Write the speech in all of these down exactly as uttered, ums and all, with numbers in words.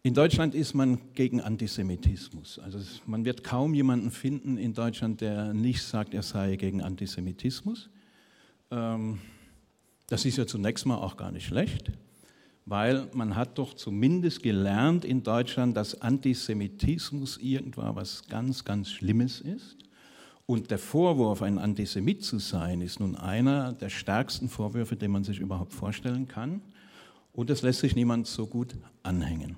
In Deutschland ist man gegen Antisemitismus. Also man wird kaum jemanden finden in Deutschland, der nicht sagt, er sei gegen Antisemitismus. Das ist ja zunächst mal auch gar nicht schlecht, weil man hat doch zumindest gelernt in Deutschland, dass Antisemitismus irgendwann was ganz, ganz Schlimmes ist. Und der Vorwurf, ein Antisemit zu sein, ist nun einer der stärksten Vorwürfe, den man sich überhaupt vorstellen kann. Und das lässt sich niemand so gut anhängen.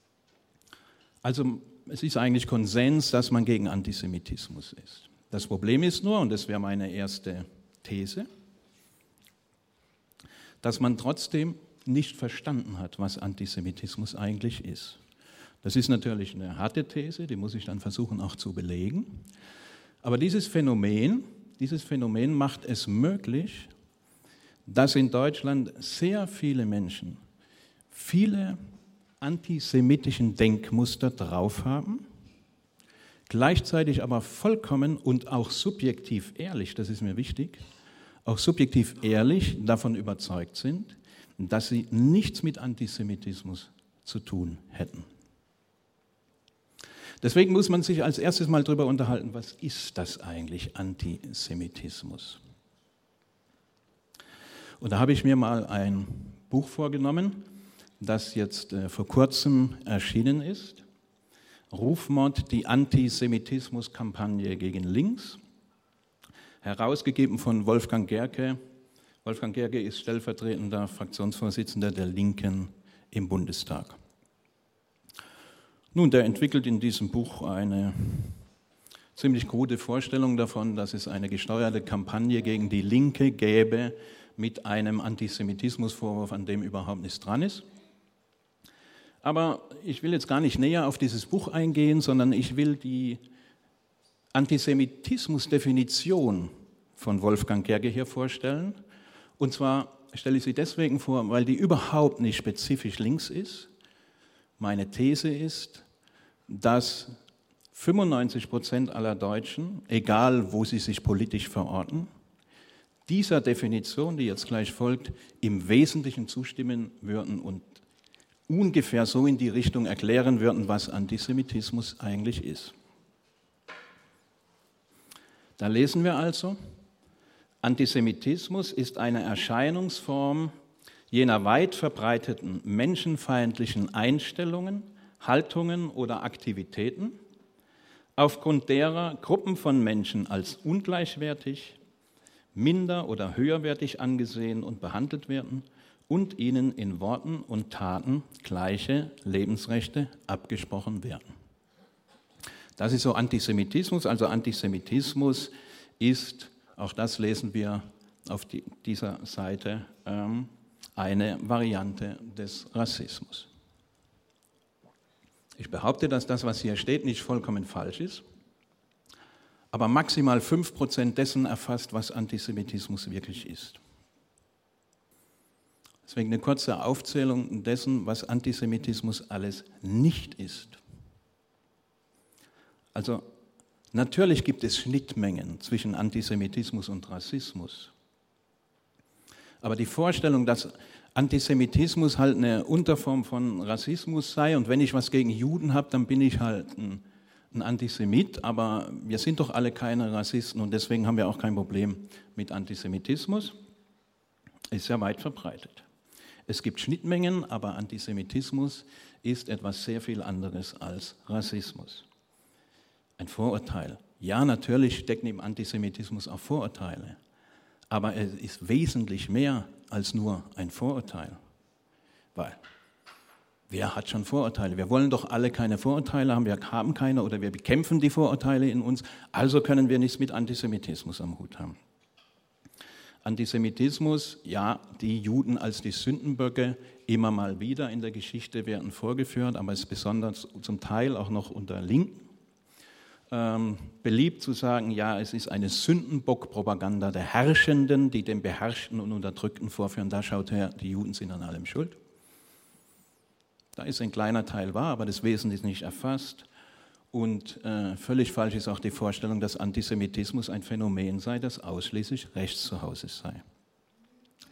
Also es ist eigentlich Konsens, dass man gegen Antisemitismus ist. Das Problem ist nur, und das wäre meine erste These, dass man trotzdem nicht verstanden hat, was Antisemitismus eigentlich ist. Das ist natürlich eine harte These, die muss ich dann versuchen auch zu belegen. Aber dieses Phänomen, dieses Phänomen macht es möglich, dass in Deutschland sehr viele Menschen viele antisemitischen Denkmuster drauf haben, gleichzeitig aber vollkommen und auch subjektiv ehrlich, das ist mir wichtig, auch subjektiv ehrlich davon überzeugt sind, dass sie nichts mit Antisemitismus zu tun hätten. Deswegen muss man sich als erstes mal darüber unterhalten, was ist das eigentlich, Antisemitismus? Und da habe ich mir mal ein Buch vorgenommen, das jetzt äh, vor kurzem erschienen ist. Rufmord, die Antisemitismus-Kampagne gegen Links. Herausgegeben von Wolfgang Gerke. Wolfgang Gerke ist stellvertretender Fraktionsvorsitzender der Linken im Bundestag. Nun, der entwickelt in diesem Buch eine ziemlich krude Vorstellung davon, dass es eine gesteuerte Kampagne gegen die Linke gäbe mit einem Antisemitismusvorwurf, an dem überhaupt nichts dran ist. Aber ich will jetzt gar nicht näher auf dieses Buch eingehen, sondern ich will die Antisemitismusdefinition von Wolfgang Gerke hier vorstellen. Und zwar stelle ich sie deswegen vor, weil die überhaupt nicht spezifisch links ist. Meine These ist, dass fünfundneunzig Prozent aller Deutschen, egal wo sie sich politisch verorten, dieser Definition, die jetzt gleich folgt, im Wesentlichen zustimmen würden und ungefähr so in die Richtung erklären würden, was Antisemitismus eigentlich ist. Da lesen wir also, Antisemitismus ist eine Erscheinungsform jener weit verbreiteten menschenfeindlichen Einstellungen, Haltungen oder Aktivitäten, aufgrund derer Gruppen von Menschen als ungleichwertig, minder- oder höherwertig angesehen und behandelt werden und ihnen in Worten und Taten gleiche Lebensrechte abgesprochen werden. Das ist so Antisemitismus. Also Antisemitismus ist, auch das lesen wir auf die, dieser Seite, ähm, eine Variante des Rassismus. Ich behaupte, dass das, was hier steht, nicht vollkommen falsch ist, aber maximal fünf Prozent dessen erfasst, was Antisemitismus wirklich ist. Deswegen eine kurze Aufzählung dessen, was Antisemitismus alles nicht ist. Also natürlich gibt es Schnittmengen zwischen Antisemitismus und Rassismus. Aber die Vorstellung, dass Antisemitismus halt eine Unterform von Rassismus sei und wenn ich was gegen Juden habe, dann bin ich halt ein, ein Antisemit, aber wir sind doch alle keine Rassisten und deswegen haben wir auch kein Problem mit Antisemitismus, ist sehr weit verbreitet. Es gibt Schnittmengen, aber Antisemitismus ist etwas sehr viel anderes als Rassismus. Ein Vorurteil. Ja, natürlich stecken im Antisemitismus auch Vorurteile, aber es ist wesentlich mehr als nur ein Vorurteil. Weil, wer hat schon Vorurteile? Wir wollen doch alle keine Vorurteile haben, wir haben keine oder wir bekämpfen die Vorurteile in uns, also können wir nichts mit Antisemitismus am Hut haben. Antisemitismus, ja, die Juden als die Sündenböcke, immer mal wieder in der Geschichte werden vorgeführt, aber es ist besonders zum Teil auch noch unter Linken ähm, beliebt zu sagen, ja, es ist eine Sündenbock-Propaganda der Herrschenden, die den Beherrschten und Unterdrückten vorführen, da schaut her, die Juden sind an allem schuld. Da ist ein kleiner Teil wahr, aber das Wesen ist nicht erfasst. Und äh, völlig falsch ist auch die Vorstellung, dass Antisemitismus ein Phänomen sei, das ausschließlich rechts zu Hause sei.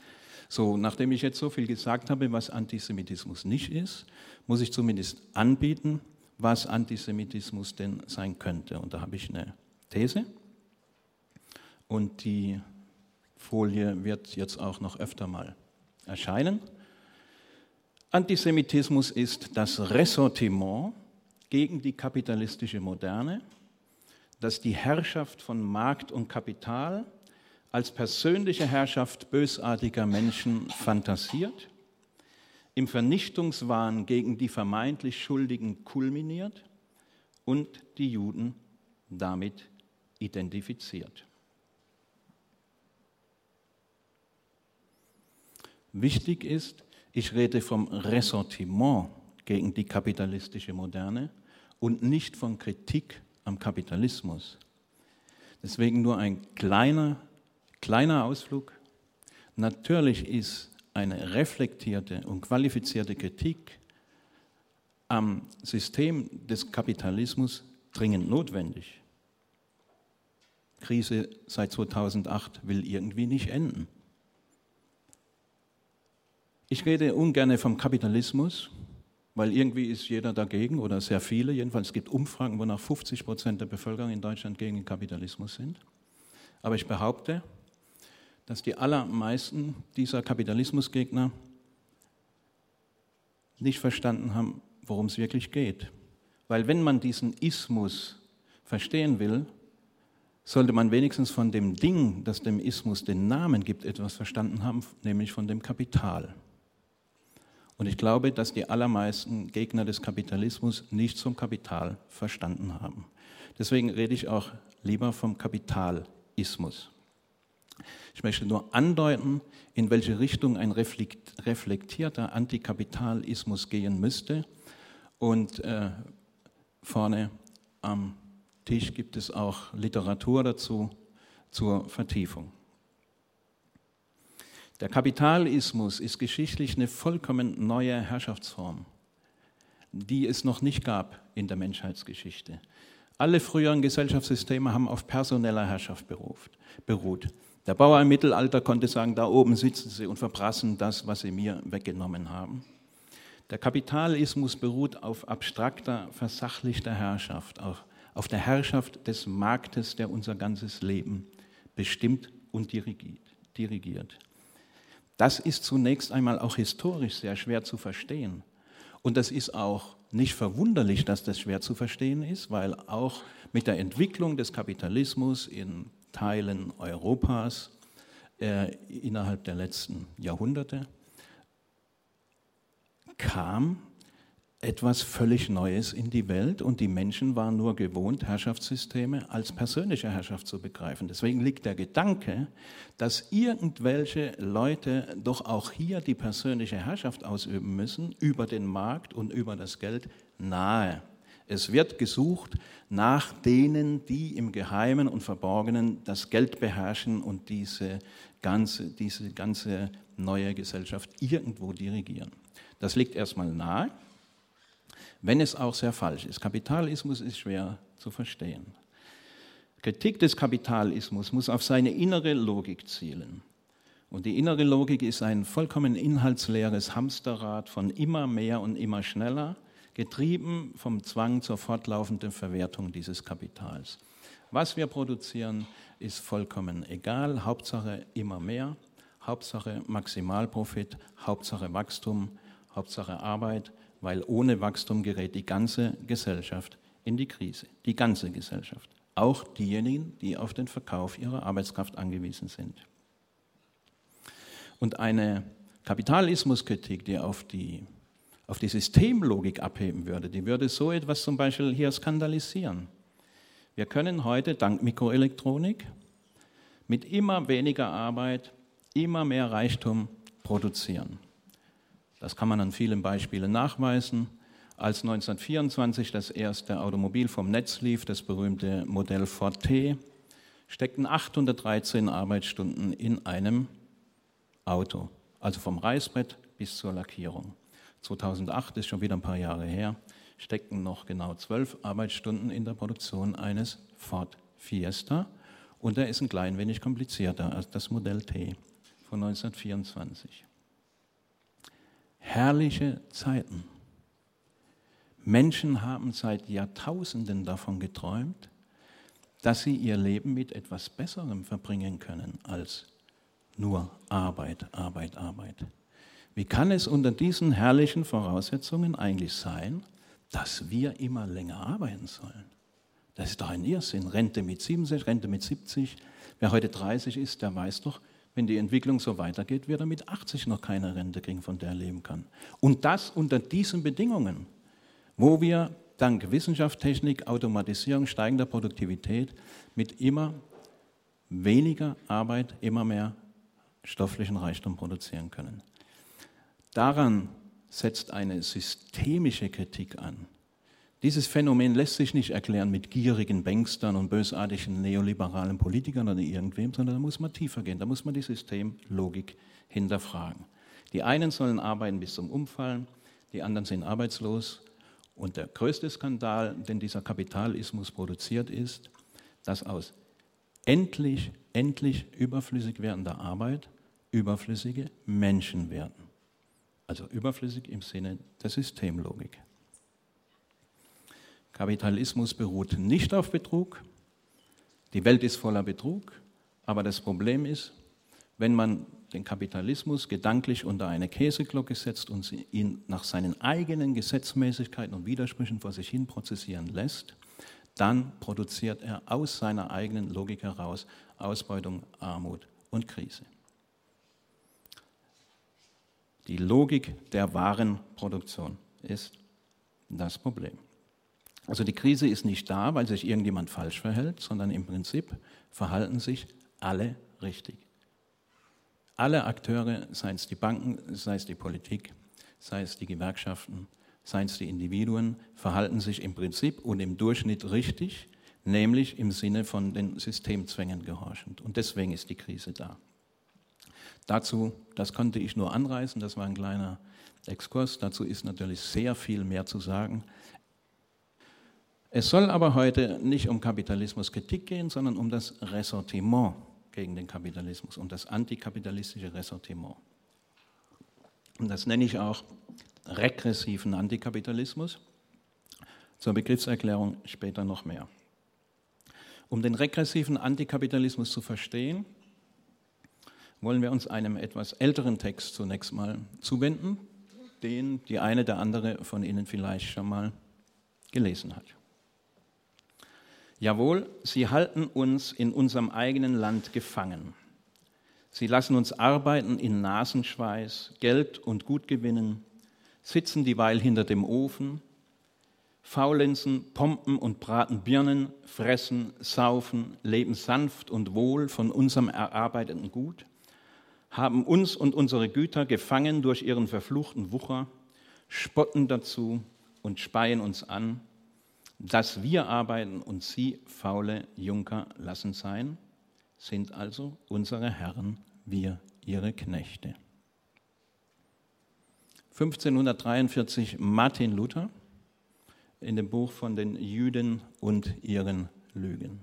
So, nachdem ich jetzt so viel gesagt habe, was Antisemitismus nicht ist, muss ich zumindest anbieten, was Antisemitismus denn sein könnte. Und da habe ich eine These und die Folie wird jetzt auch noch öfter mal erscheinen. Antisemitismus ist das Ressentiment gegen die kapitalistische Moderne, das die Herrschaft von Markt und Kapital als persönliche Herrschaft bösartiger Menschen fantasiert, im Vernichtungswahn gegen die vermeintlich Schuldigen kulminiert und die Juden damit identifiziert. Wichtig ist, ich rede vom Ressentiment gegen die kapitalistische Moderne und nicht von Kritik am Kapitalismus. Deswegen nur ein kleiner, kleiner Ausflug. Natürlich ist eine reflektierte und qualifizierte Kritik am System des Kapitalismus dringend notwendig. Krise seit zweitausendacht will irgendwie nicht enden. Ich rede ungern vom Kapitalismus, weil irgendwie ist jeder dagegen oder sehr viele. Jedenfalls es gibt Umfragen, wonach fünfzig Prozent der Bevölkerung in Deutschland gegen den Kapitalismus sind. Aber ich behaupte, dass die allermeisten dieser Kapitalismusgegner nicht verstanden haben, worum es wirklich geht. Weil wenn man diesen Ismus verstehen will, sollte man wenigstens von dem Ding, das dem Ismus den Namen gibt, etwas verstanden haben, nämlich von dem Kapital. Und ich glaube, dass die allermeisten Gegner des Kapitalismus nichts vom Kapital verstanden haben. Deswegen rede ich auch lieber vom Kapitalismus. Ich möchte nur andeuten, in welche Richtung ein reflektierter Antikapitalismus gehen müsste. Und äh, vorne am Tisch gibt es auch Literatur dazu zur Vertiefung. Der Kapitalismus ist geschichtlich eine vollkommen neue Herrschaftsform, die es noch nicht gab in der Menschheitsgeschichte. Alle früheren Gesellschaftssysteme haben auf personeller Herrschaft beruht. Der Bauer im Mittelalter konnte sagen, da oben sitzen sie und verprassen das, was sie mir weggenommen haben. Der Kapitalismus beruht auf abstrakter, versachlichter Herrschaft, auf, auf der Herrschaft des Marktes, der unser ganzes Leben bestimmt und dirigiert. Das ist zunächst einmal auch historisch sehr schwer zu verstehen. Und das ist auch nicht verwunderlich, dass das schwer zu verstehen ist, weil auch mit der Entwicklung des Kapitalismus in Teilen Europas äh, innerhalb der letzten Jahrhunderte kam etwas völlig Neues in die Welt und die Menschen waren nur gewohnt, Herrschaftssysteme als persönliche Herrschaft zu begreifen. Deswegen liegt der Gedanke, dass irgendwelche Leute doch auch hier die persönliche Herrschaft ausüben müssen, über den Markt und über das Geld, nahe. Es wird gesucht nach denen, die im Geheimen und Verborgenen das Geld beherrschen und diese ganze, diese ganze neue Gesellschaft irgendwo dirigieren. Das liegt erstmal nahe, wenn es auch sehr falsch ist. Kapitalismus ist schwer zu verstehen. Kritik des Kapitalismus muss auf seine innere Logik zielen. Und die innere Logik ist ein vollkommen inhaltsleeres Hamsterrad von immer mehr und immer schneller, getrieben vom Zwang zur fortlaufenden Verwertung dieses Kapitals. Was wir produzieren, ist vollkommen egal. Hauptsache immer mehr, Hauptsache Maximalprofit, Hauptsache Wachstum, Hauptsache Arbeit, weil ohne Wachstum gerät die ganze Gesellschaft in die Krise. Die ganze Gesellschaft. Auch diejenigen, die auf den Verkauf ihrer Arbeitskraft angewiesen sind. Und eine Kapitalismuskritik, die auf die, auf die Systemlogik abheben würde, die würde so etwas zum Beispiel hier skandalisieren. Wir können heute dank Mikroelektronik mit immer weniger Arbeit immer mehr Reichtum produzieren. Das kann man an vielen Beispielen nachweisen. Als neunzehnhundertvierundzwanzig das erste Automobil vom Netz lief, das berühmte Modell Ford T, steckten achthundertdreizehn Arbeitsstunden in einem Auto, also vom Reißbrett bis zur Lackierung. zweitausendacht ist schon wieder ein paar Jahre her, steckten noch genau zwölf Arbeitsstunden in der Produktion eines Ford Fiesta und der ist ein klein wenig komplizierter als das Modell T. von neunzehnhundertvierundzwanzig. Herrliche Zeiten. Menschen haben seit Jahrtausenden davon geträumt, dass sie ihr Leben mit etwas Besserem verbringen können als nur Arbeit, Arbeit, Arbeit. Wie kann es unter diesen herrlichen Voraussetzungen eigentlich sein, dass wir immer länger arbeiten sollen? Das ist doch ein Irrsinn. Rente mit siebenundsechzig, Rente mit siebzig. Wer heute dreißig ist, der weiß doch, wenn die Entwicklung so weitergeht, wird er mit achtzig noch keine Rente kriegen, von der er leben kann. Und das unter diesen Bedingungen, wo wir dank Wissenschaft, Technik, Automatisierung, steigender Produktivität mit immer weniger Arbeit immer mehr stofflichen Reichtum produzieren können. Daran setzt eine systemische Kritik an. Dieses Phänomen lässt sich nicht erklären mit gierigen Bankstern und bösartigen neoliberalen Politikern oder irgendwem, sondern da muss man tiefer gehen, da muss man die Systemlogik hinterfragen. Die einen sollen arbeiten bis zum Umfallen, die anderen sind arbeitslos. Und der größte Skandal, den dieser Kapitalismus produziert, ist, dass aus endlich, endlich überflüssig werdender Arbeit überflüssige Menschen werden. Also überflüssig im Sinne der Systemlogik. Kapitalismus beruht nicht auf Betrug. Die Welt ist voller Betrug. Aber das Problem ist, wenn man den Kapitalismus gedanklich unter eine Käseglocke setzt und ihn nach seinen eigenen Gesetzmäßigkeiten und Widersprüchen vor sich hin prozessieren lässt, dann produziert er aus seiner eigenen Logik heraus Ausbeutung, Armut und Krise. Die Logik der Warenproduktion ist das Problem. Also die Krise ist nicht da, weil sich irgendjemand falsch verhält, sondern im Prinzip verhalten sich alle richtig. Alle Akteure, seien es die Banken, sei es die Politik, sei es die Gewerkschaften, seien es die Individuen, verhalten sich im Prinzip und im Durchschnitt richtig, nämlich im Sinne von den Systemzwängen gehorchend. Und deswegen ist die Krise da. Dazu, das konnte ich nur anreißen, das war ein kleiner Exkurs, dazu ist natürlich sehr viel mehr zu sagen. Es soll aber heute nicht um Kapitalismuskritik gehen, sondern um das Ressortiment gegen den Kapitalismus, um das antikapitalistische Ressortiment. Und das nenne ich auch regressiven Antikapitalismus. Zur Begriffserklärung später noch mehr. Um den regressiven Antikapitalismus zu verstehen, wollen wir uns einem etwas älteren Text zunächst mal zuwenden, den die eine der andere von Ihnen vielleicht schon mal gelesen hat. Jawohl, sie halten uns in unserem eigenen Land gefangen. Sie lassen uns arbeiten in Nasenschweiß, Geld und Gut gewinnen, sitzen dieweil hinter dem Ofen, faulenzen, pompen und braten Birnen, fressen, saufen, leben sanft und wohl von unserem erarbeiteten Gut, haben uns und unsere Güter gefangen durch ihren verfluchten Wucher, spotten dazu und speien uns an, dass wir arbeiten und sie faule Junker lassen sein, sind also unsere Herren, wir ihre Knechte. fünfzehnhundertdreiundvierzig Martin Luther in dem Buch von den Juden und ihren Lügen.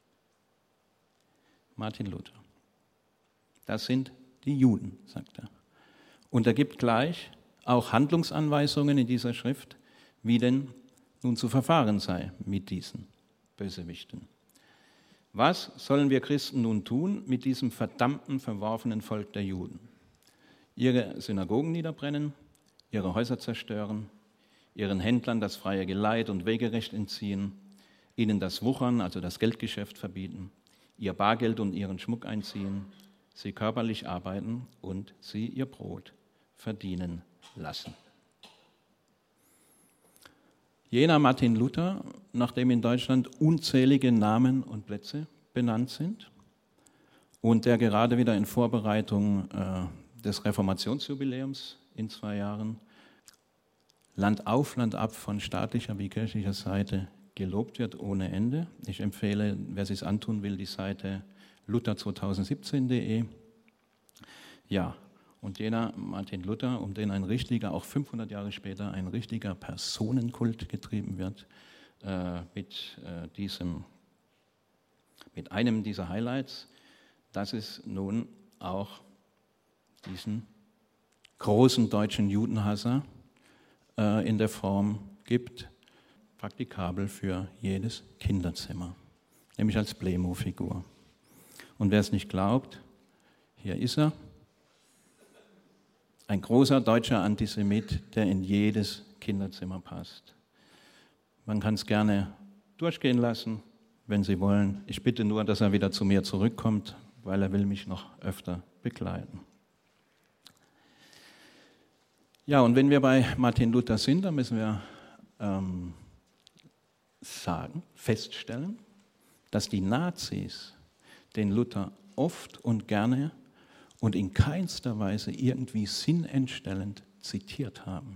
Martin Luther. Das sind die Juden, sagt er. Und er gibt gleich auch Handlungsanweisungen in dieser Schrift, wie denn nun zu verfahren sei mit diesen Bösewichten. Was sollen wir Christen nun tun mit diesem verdammten, verworfenen Volk der Juden? Ihre Synagogen niederbrennen, ihre Häuser zerstören, ihren Händlern das freie Geleit und Wegerecht entziehen, ihnen das Wuchern, also das Geldgeschäft verbieten, ihr Bargeld und ihren Schmuck einziehen, sie körperlich arbeiten und sie ihr Brot verdienen lassen. Jener Martin Luther, nach dem in Deutschland unzählige Namen und Plätze benannt sind und der gerade wieder in Vorbereitung äh, des Reformationsjubiläums in zwei Jahren Land auf, Land ab von staatlicher wie kirchlicher Seite gelobt wird ohne Ende. Ich empfehle, wer sich es antun will, die Seite luther zweitausendsiebzehn punkt de. Ja, und jener Martin Luther, um den ein richtiger, auch fünfhundert Jahre später, ein richtiger Personenkult getrieben wird, äh, mit, äh, diesem, mit einem dieser Highlights, das ist nun auch diesen großen deutschen Judenhasser äh, in der Form gibt, praktikabel für jedes Kinderzimmer, nämlich als Playmo-Figur. Und wer es nicht glaubt, hier ist er, ein großer deutscher Antisemit, der in jedes Kinderzimmer passt. Man kann es gerne durchgehen lassen, wenn Sie wollen. Ich bitte nur, dass er wieder zu mir zurückkommt, weil er will mich noch öfter begleiten. Ja, und wenn wir bei Martin Luther sind, dann müssen wir ähm, sagen, feststellen, dass die Nazis den Luther oft und gerne und in keinster Weise irgendwie sinnentstellend zitiert haben.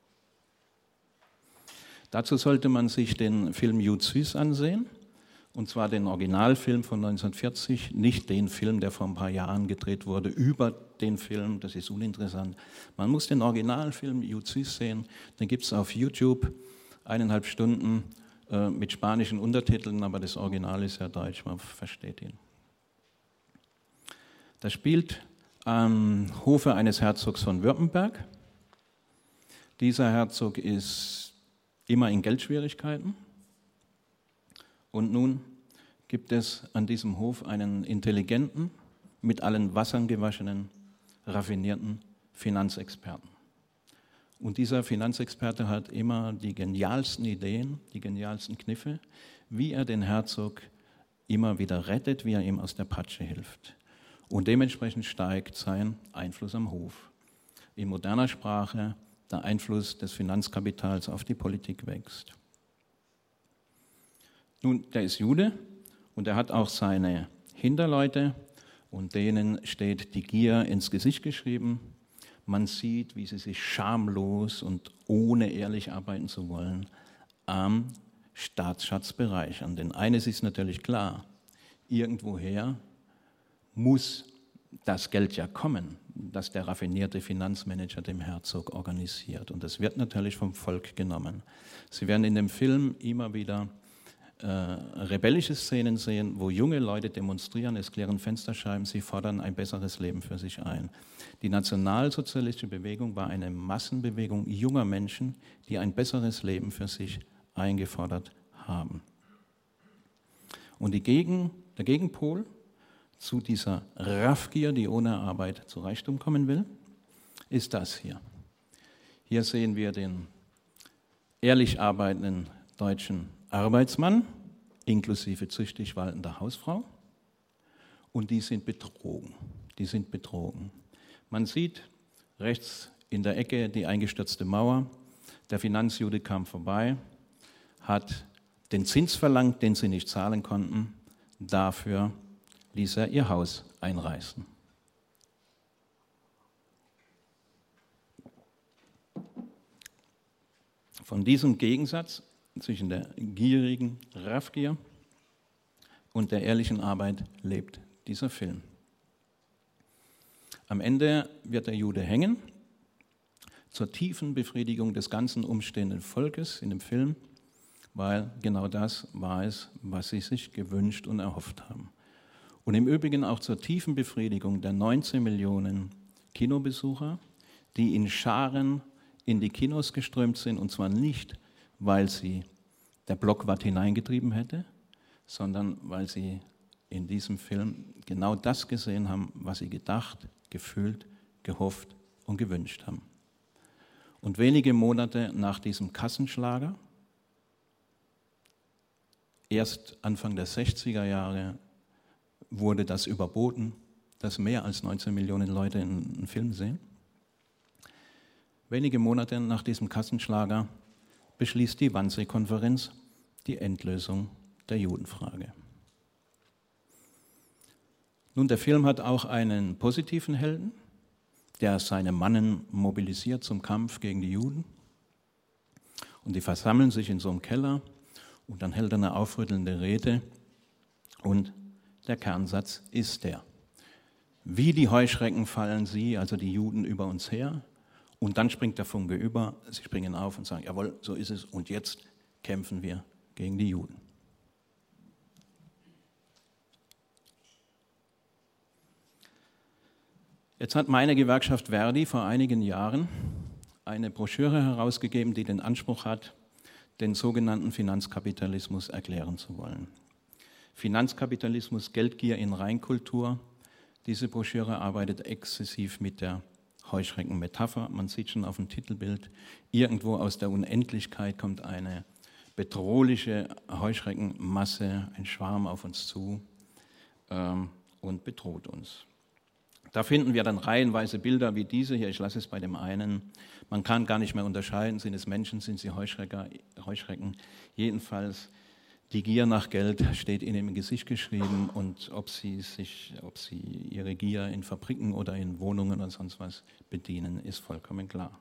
Dazu sollte man sich den Film Jude Süß ansehen, und zwar den Originalfilm von neunzehnhundertvierzig, nicht den Film, der vor ein paar Jahren gedreht wurde, über den Film, das ist uninteressant. Man muss den Originalfilm Jude Süß sehen, den gibt es auf YouTube, eineinhalb Stunden äh, mit spanischen Untertiteln, aber das Original ist ja deutsch, man versteht ihn. Das spielt am Hofe eines Herzogs von Württemberg. Dieser Herzog ist immer in Geldschwierigkeiten. Und nun gibt es an diesem Hof einen intelligenten, mit allen Wassern gewaschenen, raffinierten Finanzexperten. Und dieser Finanzexperte hat immer die genialsten Ideen, die genialsten Kniffe, wie er den Herzog immer wieder rettet, wie er ihm aus der Patsche hilft. Und dementsprechend steigt sein Einfluss am Hof. In moderner Sprache, der Einfluss des Finanzkapitals auf die Politik wächst. Nun, der ist Jude und er hat auch seine Hinterleute und denen steht die Gier ins Gesicht geschrieben. Man sieht, wie sie sich schamlos und ohne ehrlich arbeiten zu wollen am Staatsschatz bereichern. Denn eines ist natürlich klar, irgendwoher muss das Geld ja kommen, das der raffinierte Finanzmanager dem Herzog organisiert. Und das wird natürlich vom Volk genommen. Sie werden in dem Film immer wieder äh, rebellische Szenen sehen, wo junge Leute demonstrieren, es klirren Fensterscheiben, sie fordern ein besseres Leben für sich ein. Die nationalsozialistische Bewegung war eine Massenbewegung junger Menschen, die ein besseres Leben für sich eingefordert haben. Und die Gegen, der Gegenpol zu dieser Raffgier, die ohne Arbeit zu Reichtum kommen will, ist das hier. Hier sehen wir den ehrlich arbeitenden deutschen Arbeitsmann, inklusive züchtig waltender Hausfrau, und die sind betrogen. Die sind betrogen. Man sieht rechts in der Ecke die eingestürzte Mauer. Der Finanzjude kam vorbei, hat den Zins verlangt, den sie nicht zahlen konnten. Dafür ließ er ihr Haus einreißen. Von diesem Gegensatz zwischen der gierigen Raffgier und der ehrlichen Arbeit lebt dieser Film. Am Ende wird der Jude hängen, zur tiefen Befriedigung des ganzen umstehenden Volkes in dem Film, weil genau das war es, was sie sich gewünscht und erhofft haben. Und im Übrigen auch zur tiefen Befriedigung der neunzehn Millionen Kinobesucher, die in Scharen in die Kinos geströmt sind, und zwar nicht, weil sie der Blockwart hineingetrieben hätte, sondern weil sie in diesem Film genau das gesehen haben, was sie gedacht, gefühlt, gehofft und gewünscht haben. Und wenige Monate nach diesem Kassenschlager, erst Anfang der sechziger Jahre, wurde das überboten, dass mehr als neunzehn Millionen Leute einen Film sehen. Wenige Monate nach diesem Kassenschlager beschließt die Wannsee-Konferenz die Endlösung der Judenfrage. Nun, der Film hat auch einen positiven Helden, der seine Mannen mobilisiert zum Kampf gegen die Juden. Und die versammeln sich in so einem Keller und dann hält er eine aufrüttelnde Rede und der Kernsatz ist der: Wie die Heuschrecken fallen sie, also die Juden, über uns her. Und dann springt der Funke über, sie springen auf und sagen, jawohl, so ist es, und jetzt kämpfen wir gegen die Juden. Jetzt hat meine Gewerkschaft Verdi vor einigen Jahren eine Broschüre herausgegeben, die den Anspruch hat, den sogenannten Finanzkapitalismus erklären zu wollen. Finanzkapitalismus, Geldgier in Reinkultur. Diese Broschüre arbeitet exzessiv mit der Heuschreckenmetapher. Man sieht schon auf dem Titelbild, irgendwo aus der Unendlichkeit kommt eine bedrohliche Heuschreckenmasse, ein Schwarm auf uns zu ähm, und bedroht uns. Da finden wir dann reihenweise Bilder wie diese hier. Ich lasse es bei dem einen. Man kann gar nicht mehr unterscheiden, sind es Menschen, sind sie Heuschrecker, Heuschrecken. Jedenfalls, die Gier nach Geld steht ihnen im Gesicht geschrieben und ob sie, sich, ob sie ihre Gier in Fabriken oder in Wohnungen oder sonst was bedienen, ist vollkommen klar.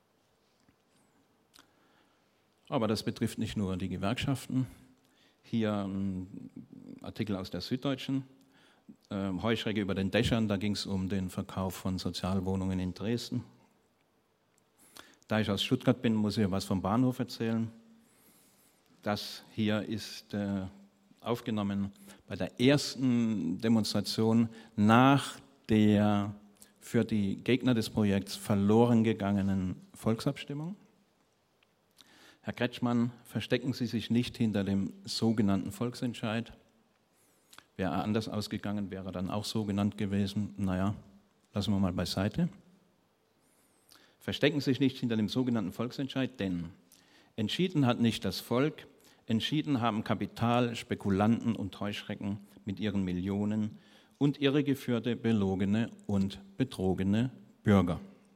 Aber das betrifft nicht nur die Gewerkschaften. Hier ein Artikel aus der Süddeutschen. Heuschrecke über den Dächern, da ging es um den Verkauf von Sozialwohnungen in Dresden. Da ich aus Stuttgart bin, muss ich was vom Bahnhof erzählen. Das hier ist äh, aufgenommen bei der ersten Demonstration nach der für die Gegner des Projekts verloren gegangenen Volksabstimmung. Herr Kretschmann, verstecken Sie sich nicht hinter dem sogenannten Volksentscheid. Wäre er anders ausgegangen, wäre er dann auch so genannt gewesen. Naja, lassen wir mal beiseite. Verstecken Sie sich nicht hinter dem sogenannten Volksentscheid, denn entschieden hat nicht das Volk, entschieden haben Kapital, Spekulanten und Heuschrecken mit ihren Millionen und irregeführte, belogene und betrogene Bürger.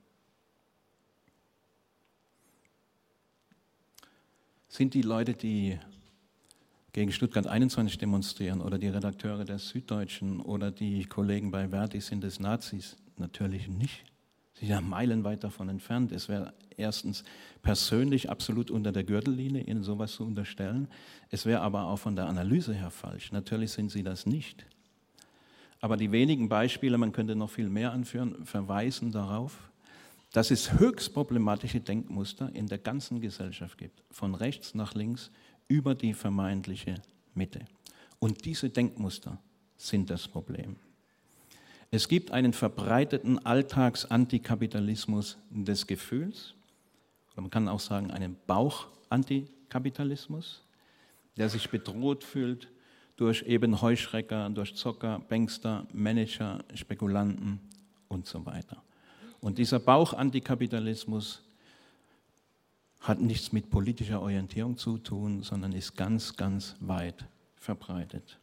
Sind die Leute, die gegen Stuttgart einundzwanzig demonstrieren oder die Redakteure der Süddeutschen oder die Kollegen bei Verdi, sind es Nazis? Natürlich nicht. Sie sind ja meilenweit davon entfernt. Es wäre erstens persönlich absolut unter der Gürtellinie, ihnen sowas zu unterstellen. Es wäre aber auch von der Analyse her falsch. Natürlich sind sie das nicht. Aber die wenigen Beispiele, man könnte noch viel mehr anführen, verweisen darauf, dass es höchst problematische Denkmuster in der ganzen Gesellschaft gibt, von rechts nach links, über die vermeintliche Mitte. Und diese Denkmuster sind das Problem. Es gibt einen verbreiteten Alltags-Antikapitalismus des Gefühls, oder man kann auch sagen einen Bauch-Antikapitalismus, der sich bedroht fühlt durch eben Heuschrecker, durch Zocker, Bankster, Manager, Spekulanten und so weiter. Und dieser Bauch-Antikapitalismus hat nichts mit politischer Orientierung zu tun, sondern ist ganz, ganz weit verbreitet.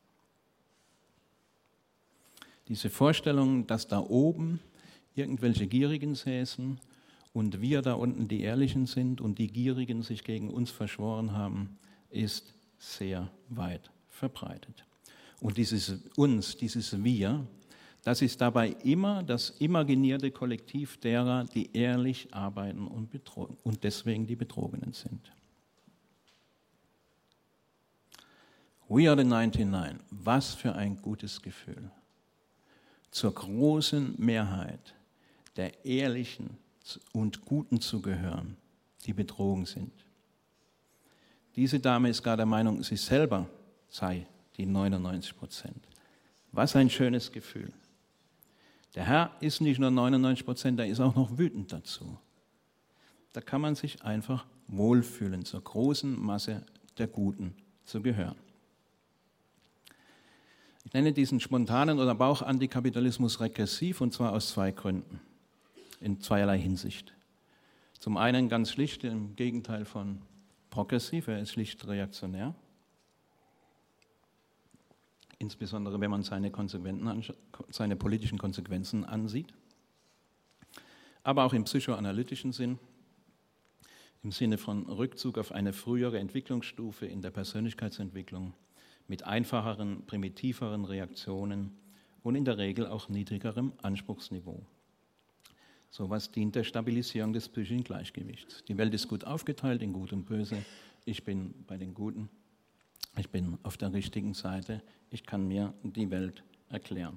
Diese Vorstellung, dass da oben irgendwelche Gierigen säßen und wir da unten die Ehrlichen sind und die Gierigen sich gegen uns verschworen haben, ist sehr weit verbreitet. Und dieses Uns, dieses Wir, das ist dabei immer das imaginierte Kollektiv derer, die ehrlich arbeiten und, betrogen, und deswegen die Betrogenen sind. We are the ninety-nine. Was für ein gutes Gefühl. Zur großen Mehrheit der Ehrlichen und Guten zu gehören, die betrogen sind. Diese Dame ist gar der Meinung, sie selber sei die neunundneunzig Prozent. Was ein schönes Gefühl. Der Herr ist nicht nur neunundneunzig Prozent, er ist auch noch wütend dazu. Da kann man sich einfach wohlfühlen, zur großen Masse der Guten zu gehören. Ich nenne diesen spontanen oder Bauch-Antikapitalismus regressiv, und zwar aus zwei Gründen, in zweierlei Hinsicht. Zum einen ganz schlicht im Gegenteil von progressiv, er ist schlicht reaktionär. Insbesondere wenn man seine, seine politischen Konsequenzen ansieht. Aber auch im psychoanalytischen Sinn, im Sinne von Rückzug auf eine frühere Entwicklungsstufe in der Persönlichkeitsentwicklung mit einfacheren, primitiveren Reaktionen und in der Regel auch niedrigerem Anspruchsniveau. Sowas dient der Stabilisierung des psychischen Gleichgewichts. Die Welt ist gut aufgeteilt in Gut und Böse. Ich bin bei den Guten. Ich bin auf der richtigen Seite. Ich kann mir die Welt erklären.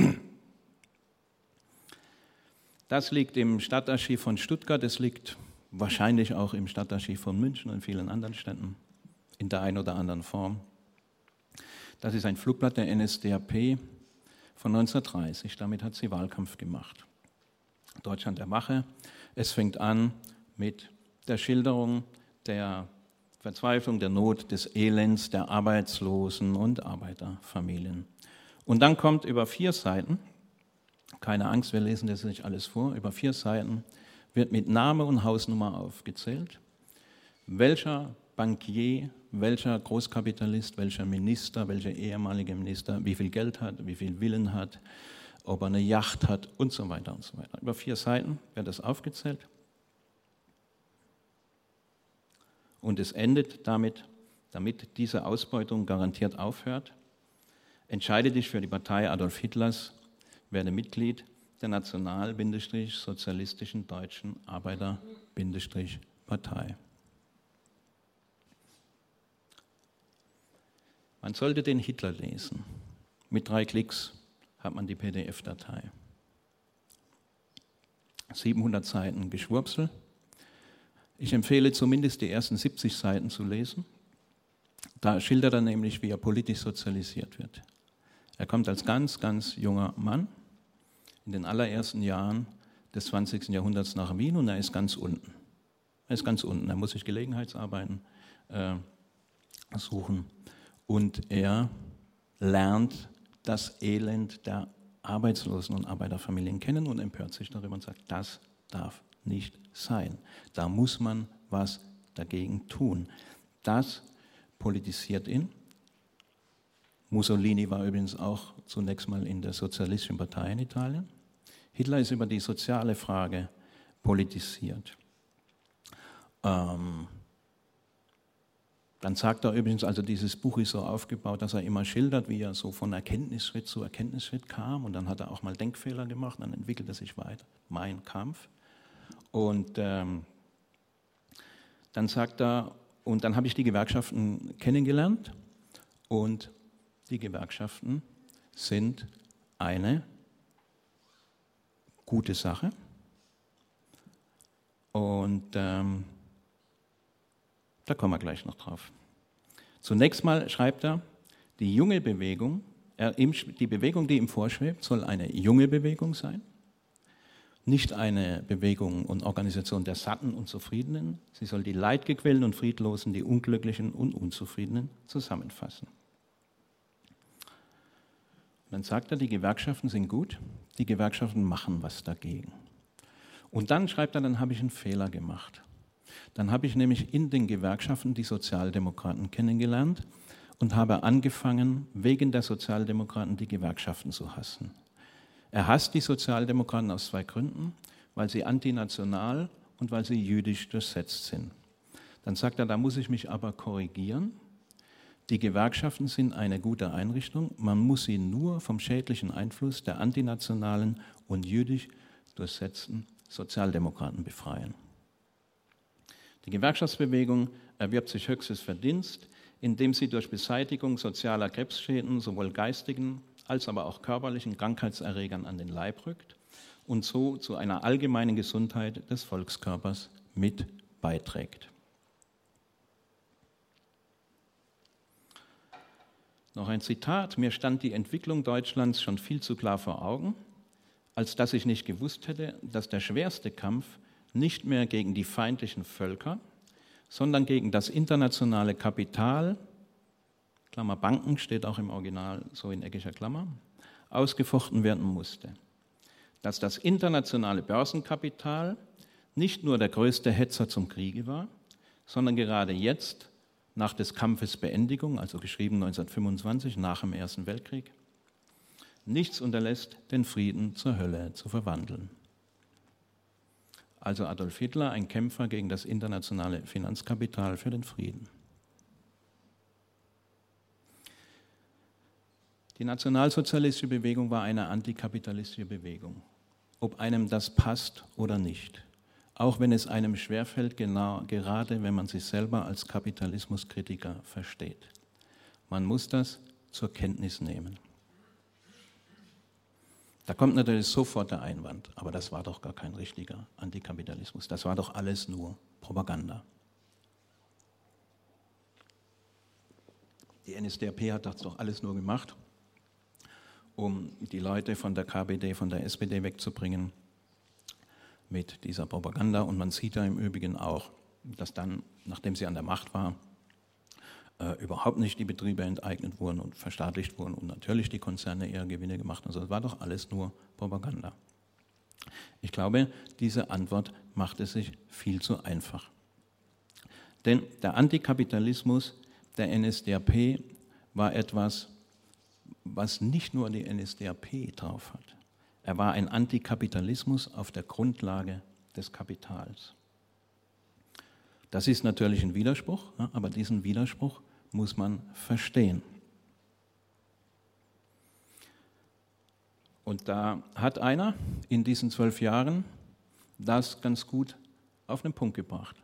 Das liegt im Stadtarchiv von Stuttgart. Es liegt wahrscheinlich auch im Stadtarchiv von München und vielen anderen Städten in der einen oder anderen Form. Das ist ein Flugblatt der N S D A P von neunzehnhundertdreißig. Damit hat sie Wahlkampf gemacht. Deutschland erwache. Es fängt an mit der Schilderung der Verzweiflung, der Not, des Elends, der Arbeitslosen und Arbeiterfamilien. Und dann kommt über vier Seiten, keine Angst, wir lesen das nicht alles vor, über vier Seiten wird mit Name und Hausnummer aufgezählt, welcher Bankier, welcher Großkapitalist, welcher Minister, welcher ehemalige Minister wie viel Geld hat, wie viel Villen hat, ob er eine Yacht hat und so weiter und so weiter. Über vier Seiten wird das aufgezählt. Und es endet damit, damit diese Ausbeutung garantiert aufhört, entscheide dich für die Partei Adolf Hitlers, werde Mitglied der National-Sozialistischen Deutschen Arbeiter-Partei. Man sollte den Hitler lesen. Mit drei Klicks hat man die P D F-Datei. siebenhundert Seiten Geschwurbsel. Ich empfehle zumindest die ersten siebzig Seiten zu lesen. Da schildert er nämlich, wie er politisch sozialisiert wird. Er kommt als ganz, ganz junger Mann in den allerersten Jahren des zwanzigsten Jahrhunderts nach Wien und er ist ganz unten. Er ist ganz unten. Er muss sich Gelegenheitsarbeiten äh, suchen und er lernt das Elend der Arbeitslosen und Arbeiterfamilien kennen und empört sich darüber und sagt, das darf nicht sein. Da muss man was dagegen tun. Das politisiert ihn. Mussolini war übrigens auch zunächst mal in der Sozialistischen Partei in Italien. Hitler ist über die soziale Frage politisiert. Ähm, dann sagt er übrigens, also dieses Buch ist so aufgebaut, dass er immer schildert, wie er so von Erkenntnisschritt zu Erkenntnisschritt kam und dann hat er auch mal Denkfehler gemacht, dann entwickelt er sich weiter. Mein Kampf. Und ähm, dann sagt er, und dann habe ich die Gewerkschaften kennengelernt und die Gewerkschaften sind eine gute Sache. Und ähm, da kommen wir gleich noch drauf. Zunächst mal schreibt er, die junge Bewegung, er, die Bewegung, die ihm vorschwebt, soll eine junge Bewegung sein. Nicht eine Bewegung und Organisation der Satten und Zufriedenen. Sie soll die Leidgequälten und Friedlosen, die Unglücklichen und Unzufriedenen zusammenfassen. Und dann sagt er, die Gewerkschaften sind gut, die Gewerkschaften machen was dagegen. Und dann schreibt er, dann habe ich einen Fehler gemacht. Dann habe ich nämlich in den Gewerkschaften die Sozialdemokraten kennengelernt und habe angefangen, wegen der Sozialdemokraten die Gewerkschaften zu hassen. Er hasst die Sozialdemokraten aus zwei Gründen, weil sie antinational und weil sie jüdisch durchsetzt sind. Dann sagt er, da muss ich mich aber korrigieren. Die Gewerkschaften sind eine gute Einrichtung, man muss sie nur vom schädlichen Einfluss der antinationalen und jüdisch durchsetzten Sozialdemokraten befreien. Die Gewerkschaftsbewegung erwirbt sich höchstes Verdienst, indem sie durch Beseitigung sozialer Krebsschäden, sowohl geistigen als aber auch körperlichen Krankheitserregern an den Leib rückt und so zu einer allgemeinen Gesundheit des Volkskörpers mit beiträgt. Noch ein Zitat: Mir stand die Entwicklung Deutschlands schon viel zu klar vor Augen, als dass ich nicht gewusst hätte, dass der schwerste Kampf nicht mehr gegen die feindlichen Völker, sondern gegen das internationale Kapital, Klammer Banken, steht auch im Original so in eckiger Klammer, ausgefochten werden musste. Dass das internationale Börsenkapital nicht nur der größte Hetzer zum Kriege war, sondern gerade jetzt, nach des Kampfes Beendigung, also geschrieben neunzehnhundertfünfundzwanzig, nach dem Ersten Weltkrieg, nichts unterlässt, den Frieden zur Hölle zu verwandeln. Also Adolf Hitler, ein Kämpfer gegen das internationale Finanzkapital für den Frieden. Die nationalsozialistische Bewegung war eine antikapitalistische Bewegung, ob einem das passt oder nicht. Auch wenn es einem schwerfällt, genau, gerade wenn man sich selber als Kapitalismuskritiker versteht. Man muss das zur Kenntnis nehmen. Da kommt natürlich sofort der Einwand, aber das war doch gar kein richtiger Antikapitalismus, das war doch alles nur Propaganda. Die N S D A P hat das doch alles nur gemacht, um die Leute von der K P D, von der S P D wegzubringen mit dieser Propaganda. Und man sieht ja im Übrigen auch, dass dann, nachdem sie an der Macht war, äh, überhaupt nicht die Betriebe enteignet wurden und verstaatlicht wurden und natürlich die Konzerne eher Gewinne gemacht haben. Also es war doch alles nur Propaganda. Ich glaube, diese Antwort macht es sich viel zu einfach. Denn der Antikapitalismus der N S D A P war etwas, was nicht nur die N S D A P drauf hat. Er war ein Antikapitalismus auf der Grundlage des Kapitals. Das ist natürlich ein Widerspruch, aber diesen Widerspruch muss man verstehen. Und da hat einer in diesen zwölf Jahren das ganz gut auf den Punkt gebracht.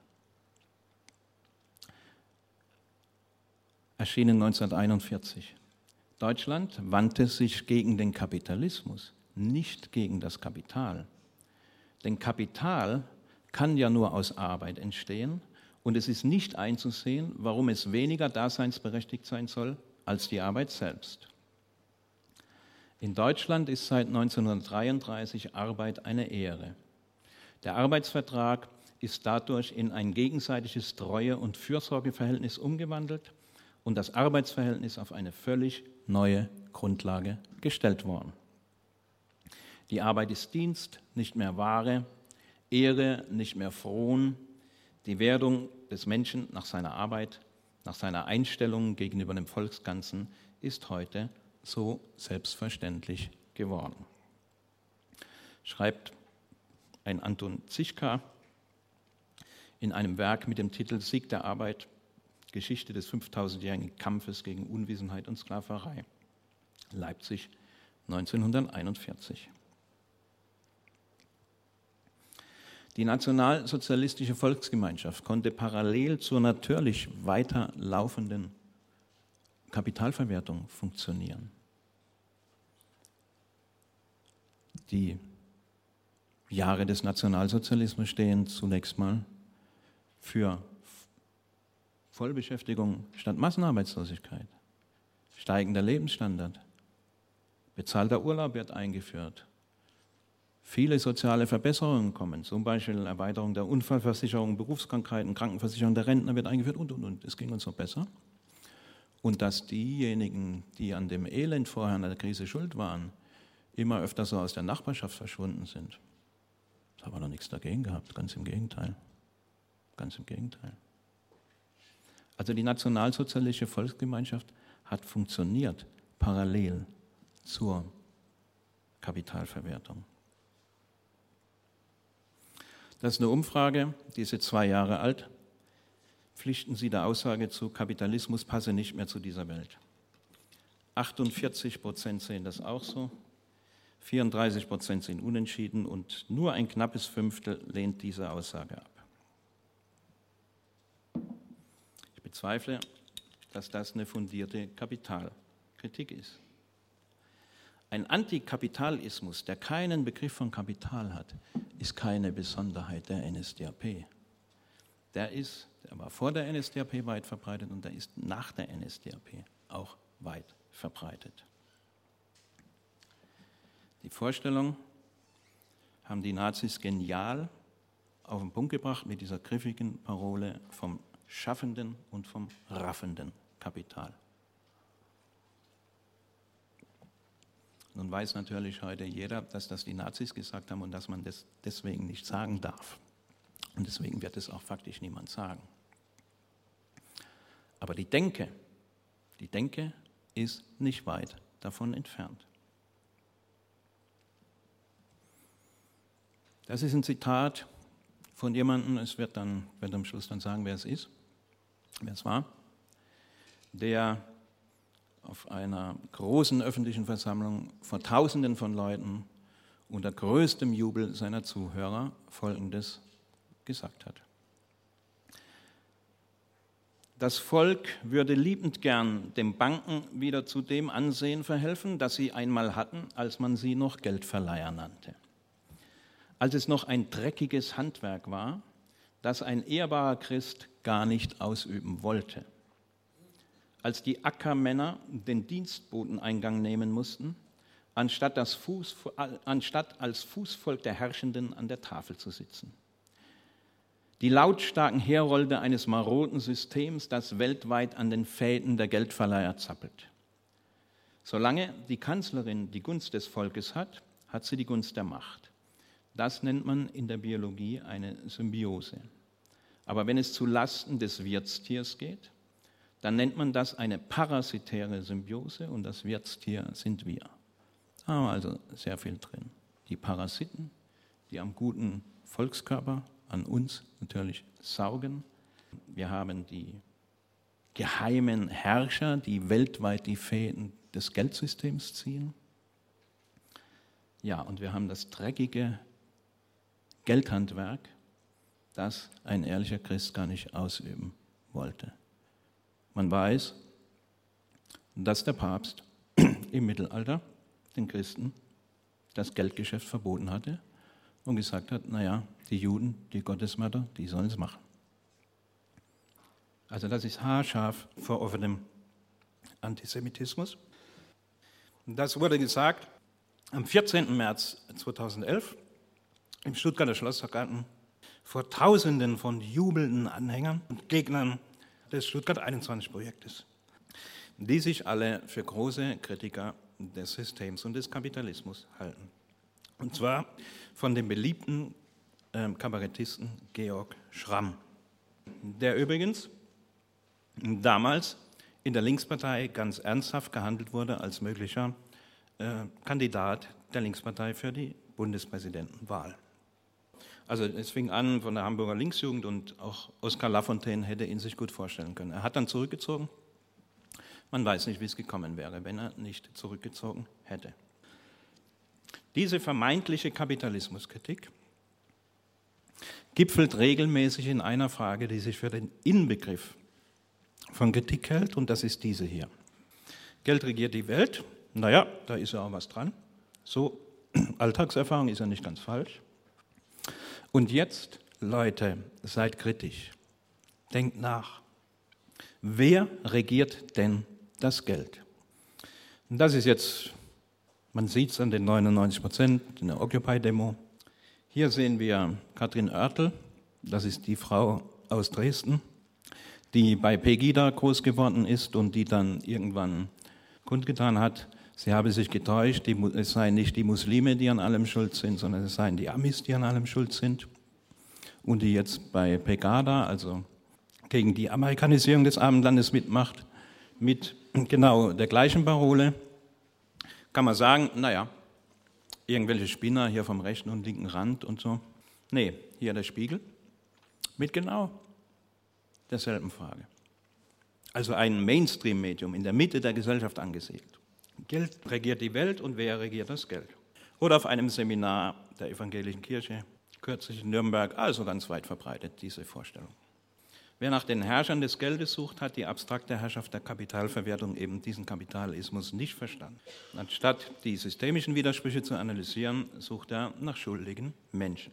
Erschienen neunzehnhunderteinundvierzig. Deutschland wandte sich gegen den Kapitalismus, nicht gegen das Kapital. Denn Kapital kann ja nur aus Arbeit entstehen und es ist nicht einzusehen, warum es weniger daseinsberechtigt sein soll als die Arbeit selbst. In Deutschland ist seit neunzehnhundertdreiunddreißig Arbeit eine Ehre. Der Arbeitsvertrag ist dadurch in ein gegenseitiges Treue- und Fürsorgeverhältnis umgewandelt und das Arbeitsverhältnis auf eine völlig neue Grundlage gestellt worden. Die Arbeit ist Dienst, nicht mehr Ware, Ehre, nicht mehr Frohn, die Wertung des Menschen nach seiner Arbeit, nach seiner Einstellung gegenüber dem Volksganzen ist heute so selbstverständlich geworden. Schreibt ein Anton Zischka in einem Werk mit dem Titel Sieg der Arbeit, Geschichte des fünftausendjährigen Kampfes gegen Unwissenheit und Sklaverei, Leipzig neunzehnhunderteinundvierzig. Die nationalsozialistische Volksgemeinschaft konnte parallel zur natürlich weiterlaufenden Kapitalverwertung funktionieren. Die Jahre des Nationalsozialismus stehen zunächst mal für Vollbeschäftigung statt Massenarbeitslosigkeit, steigender Lebensstandard, bezahlter Urlaub wird eingeführt, viele soziale Verbesserungen kommen, zum Beispiel Erweiterung der Unfallversicherung, Berufskrankheiten, Krankenversicherung der Rentner wird eingeführt und, und, und. Es ging uns noch besser. Und dass diejenigen, die an dem Elend vorher an der Krise schuld waren, immer öfter so aus der Nachbarschaft verschwunden sind. Da haben wir noch nichts dagegen gehabt, ganz im Gegenteil. Ganz im Gegenteil. Also die nationalsozialistische Volksgemeinschaft hat funktioniert parallel zur Kapitalverwertung. Das ist eine Umfrage, die ist jetzt zwei Jahre alt. Pflichten Sie der Aussage zu, Kapitalismus passe nicht mehr zu dieser Welt. achtundvierzig Prozent sehen das auch so, vierunddreißig Prozent sind unentschieden und nur ein knappes Fünftel lehnt diese Aussage ab. Ich bezweifle, dass das eine fundierte Kapitalkritik ist. Ein Antikapitalismus, der keinen Begriff von Kapital hat, ist keine Besonderheit der N S D A P. Der ist, der war vor der N S D A P weit verbreitet und der ist nach der N S D A P auch weit verbreitet. Die Vorstellung haben die Nazis genial auf den Punkt gebracht mit dieser griffigen Parole vom schaffenden und vom raffenden Kapital. Nun weiß natürlich heute jeder, dass das die Nazis gesagt haben und dass man das deswegen nicht sagen darf. Und deswegen wird es auch faktisch niemand sagen. Aber die Denke, die Denke ist nicht weit davon entfernt. Das ist ein Zitat von jemandem, es wird dann, wird am Schluss dann sagen, wer es ist, wer es war, der auf einer großen öffentlichen Versammlung vor Tausenden von Leuten unter größtem Jubel seiner Zuhörer Folgendes gesagt hat. Das Volk würde liebend gern den Banken wieder zu dem Ansehen verhelfen, das sie einmal hatten, als man sie noch Geldverleiher nannte. Als es noch ein dreckiges Handwerk war, das ein ehrbarer Christ gar nicht ausüben wollte. Als die Ackermänner den Dienstboteneingang nehmen mussten, anstatt, das Fuß, anstatt als Fußvolk der Herrschenden an der Tafel zu sitzen. Die lautstarken Herolde eines maroden Systems, das weltweit an den Fäden der Geldverleiher zappelt. Solange die Kanzlerin die Gunst des Volkes hat, hat sie die Gunst der Macht. Das nennt man in der Biologie eine Symbiose. Aber wenn es zu Lasten des Wirtstiers geht, dann nennt man das eine parasitäre Symbiose und das Wirtstier sind wir. Da haben wir also sehr viel drin. Die Parasiten, die am guten Volkskörper, an uns natürlich saugen. Wir haben die geheimen Herrscher, die weltweit die Fäden des Geldsystems ziehen. Ja, und wir haben das dreckige Geldhandwerk, das ein ehrlicher Christ gar nicht ausüben wollte. Man weiß, dass der Papst im Mittelalter den Christen das Geldgeschäft verboten hatte und gesagt hat, naja, die Juden, die Gottesmörder, die sollen es machen. Also das ist haarscharf vor offenem Antisemitismus. Das wurde gesagt am vierzehnten März zweitausendelf im Stuttgarter Schlossgarten vor Tausenden von jubelnden Anhängern und Gegnern des Stuttgart einundzwanzig-Projektes, die sich alle für große Kritiker des Systems und des Kapitalismus halten. Und zwar von dem beliebten äh, Kabarettisten Georg Schramm, der übrigens damals in der Linkspartei ganz ernsthaft gehandelt wurde als möglicher äh, Kandidat der Linkspartei für die Bundespräsidentenwahl. Also es fing an von der Hamburger Linksjugend und auch Oskar Lafontaine hätte ihn sich gut vorstellen können. Er hat dann zurückgezogen. Man weiß nicht, wie es gekommen wäre, wenn er nicht zurückgezogen hätte. Diese vermeintliche Kapitalismuskritik gipfelt regelmäßig in einer Frage, die sich für den Inbegriff von Kritik hält, und das ist diese hier. Geld regiert die Welt. Naja, da ist ja auch was dran. So, Alltagserfahrung ist ja nicht ganz falsch. Und jetzt, Leute, seid kritisch. Denkt nach. Wer regiert denn das Geld? Und das ist jetzt, man sieht es an den neunundneunzig Prozent in der Occupy-Demo. Hier sehen wir Katrin Oertel, das ist die Frau aus Dresden, die bei Pegida groß geworden ist und die dann irgendwann kundgetan hat, sie habe sich getäuscht, die, es seien nicht die Muslime, die an allem schuld sind, sondern es seien die Amis, die an allem schuld sind. Und die jetzt bei Pegida, also gegen die Amerikanisierung des Abendlandes mitmacht, mit genau der gleichen Parole, kann man sagen, naja, irgendwelche Spinner hier vom rechten und linken Rand und so. Nee, hier der Spiegel mit genau derselben Frage. Also ein Mainstream-Medium in der Mitte der Gesellschaft angesiedelt. Geld regiert die Welt und wer regiert das Geld? Oder auf einem Seminar der Evangelischen Kirche, kürzlich in Nürnberg, also ganz weit verbreitet, diese Vorstellung. Wer nach den Herrschern des Geldes sucht, hat die abstrakte Herrschaft der Kapitalverwertung, eben diesen Kapitalismus, nicht verstanden. Anstatt die systemischen Widersprüche zu analysieren, sucht er nach schuldigen Menschen.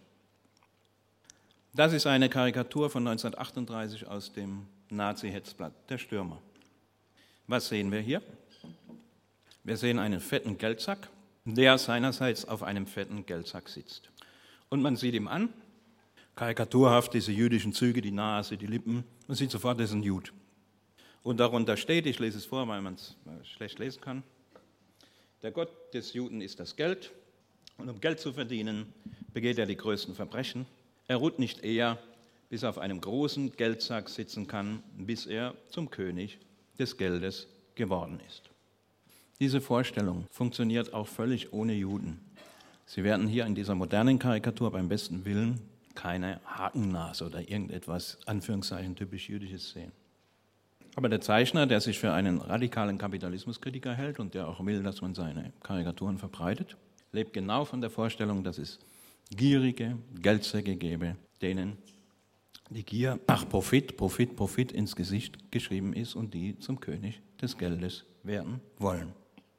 Das ist eine Karikatur von neunzehnhundertachtunddreißig aus dem Nazi-Hetzblatt, der Stürmer. Was sehen wir hier? Wir sehen einen fetten Geldsack, der seinerseits auf einem fetten Geldsack sitzt. Und man sieht ihm an, karikaturhaft diese jüdischen Züge, die Nase, die Lippen, man sieht sofort, das ist ein Jud. Und darunter steht, ich lese es vor, weil man es schlecht lesen kann, der Gott des Juden ist das Geld und um Geld zu verdienen, begeht er die größten Verbrechen. Er ruht nicht eher, bis er auf einem großen Geldsack sitzen kann, bis er zum König des Geldes geworden ist. Diese Vorstellung funktioniert auch völlig ohne Juden. Sie werden hier in dieser modernen Karikatur beim besten Willen keine Hakennase oder irgendetwas, Anführungszeichen, typisch Jüdisches sehen. Aber der Zeichner, der sich für einen radikalen Kapitalismuskritiker hält und der auch will, dass man seine Karikaturen verbreitet, lebt genau von der Vorstellung, dass es gierige Geldsäcke gäbe, denen die Gier nach Profit, Profit, Profit ins Gesicht geschrieben ist und die zum König des Geldes werden wollen.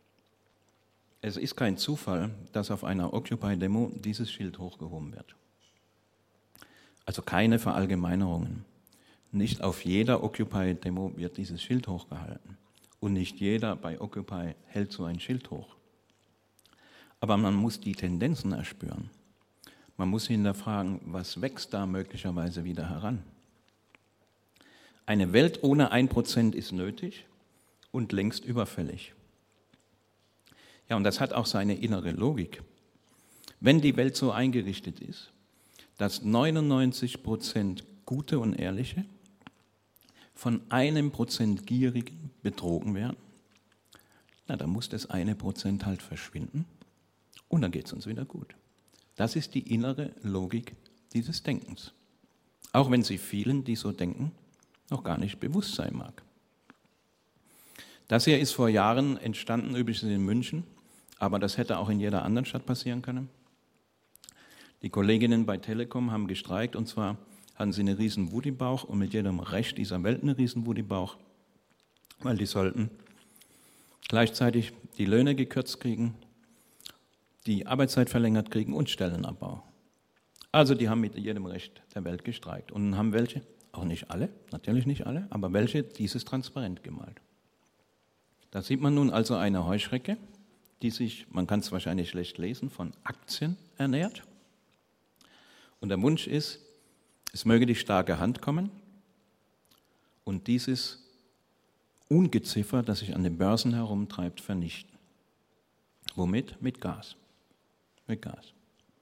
Es ist kein Zufall, dass auf einer Occupy-Demo dieses Schild hochgehoben wird. Also keine Verallgemeinerungen. Nicht auf jeder Occupy-Demo wird dieses Schild hochgehalten. Und nicht jeder bei Occupy hält so ein Schild hoch. Aber man muss die Tendenzen erspüren. Man muss hinterfragen, was wächst da möglicherweise wieder heran. Eine Welt ohne ein Prozent ist nötig und längst überfällig. Ja, und das hat auch seine innere Logik. Wenn die Welt so eingerichtet ist, dass neunundneunzig Prozent gute und ehrliche von einem Prozent gierigen betrogen werden, na, dann muss das eine Prozent halt verschwinden und dann geht es uns wieder gut. Das ist die innere Logik dieses Denkens. Auch wenn sie vielen, die so denken, noch gar nicht bewusst sein mag. Das hier ist vor Jahren entstanden, übrigens in München, aber das hätte auch in jeder anderen Stadt passieren können. Die Kolleginnen bei Telekom haben gestreikt und zwar hatten sie einen riesen Wut im Bauch und mit jedem Recht dieser Welt einen riesen Wut im Bauch, weil die sollten gleichzeitig die Löhne gekürzt kriegen, die Arbeitszeit verlängert kriegen und Stellenabbau. Also die haben mit jedem Recht der Welt gestreikt und haben welche, auch nicht alle, natürlich nicht alle, aber welche dieses transparent gemalt. Da sieht man nun also eine Heuschrecke, die sich, man kann es wahrscheinlich schlecht lesen, von Aktien ernährt. Und der Wunsch ist, es möge die starke Hand kommen und dieses Ungeziffer, das sich an den Börsen herumtreibt, vernichten. Womit? Mit Gas. Mit Gas.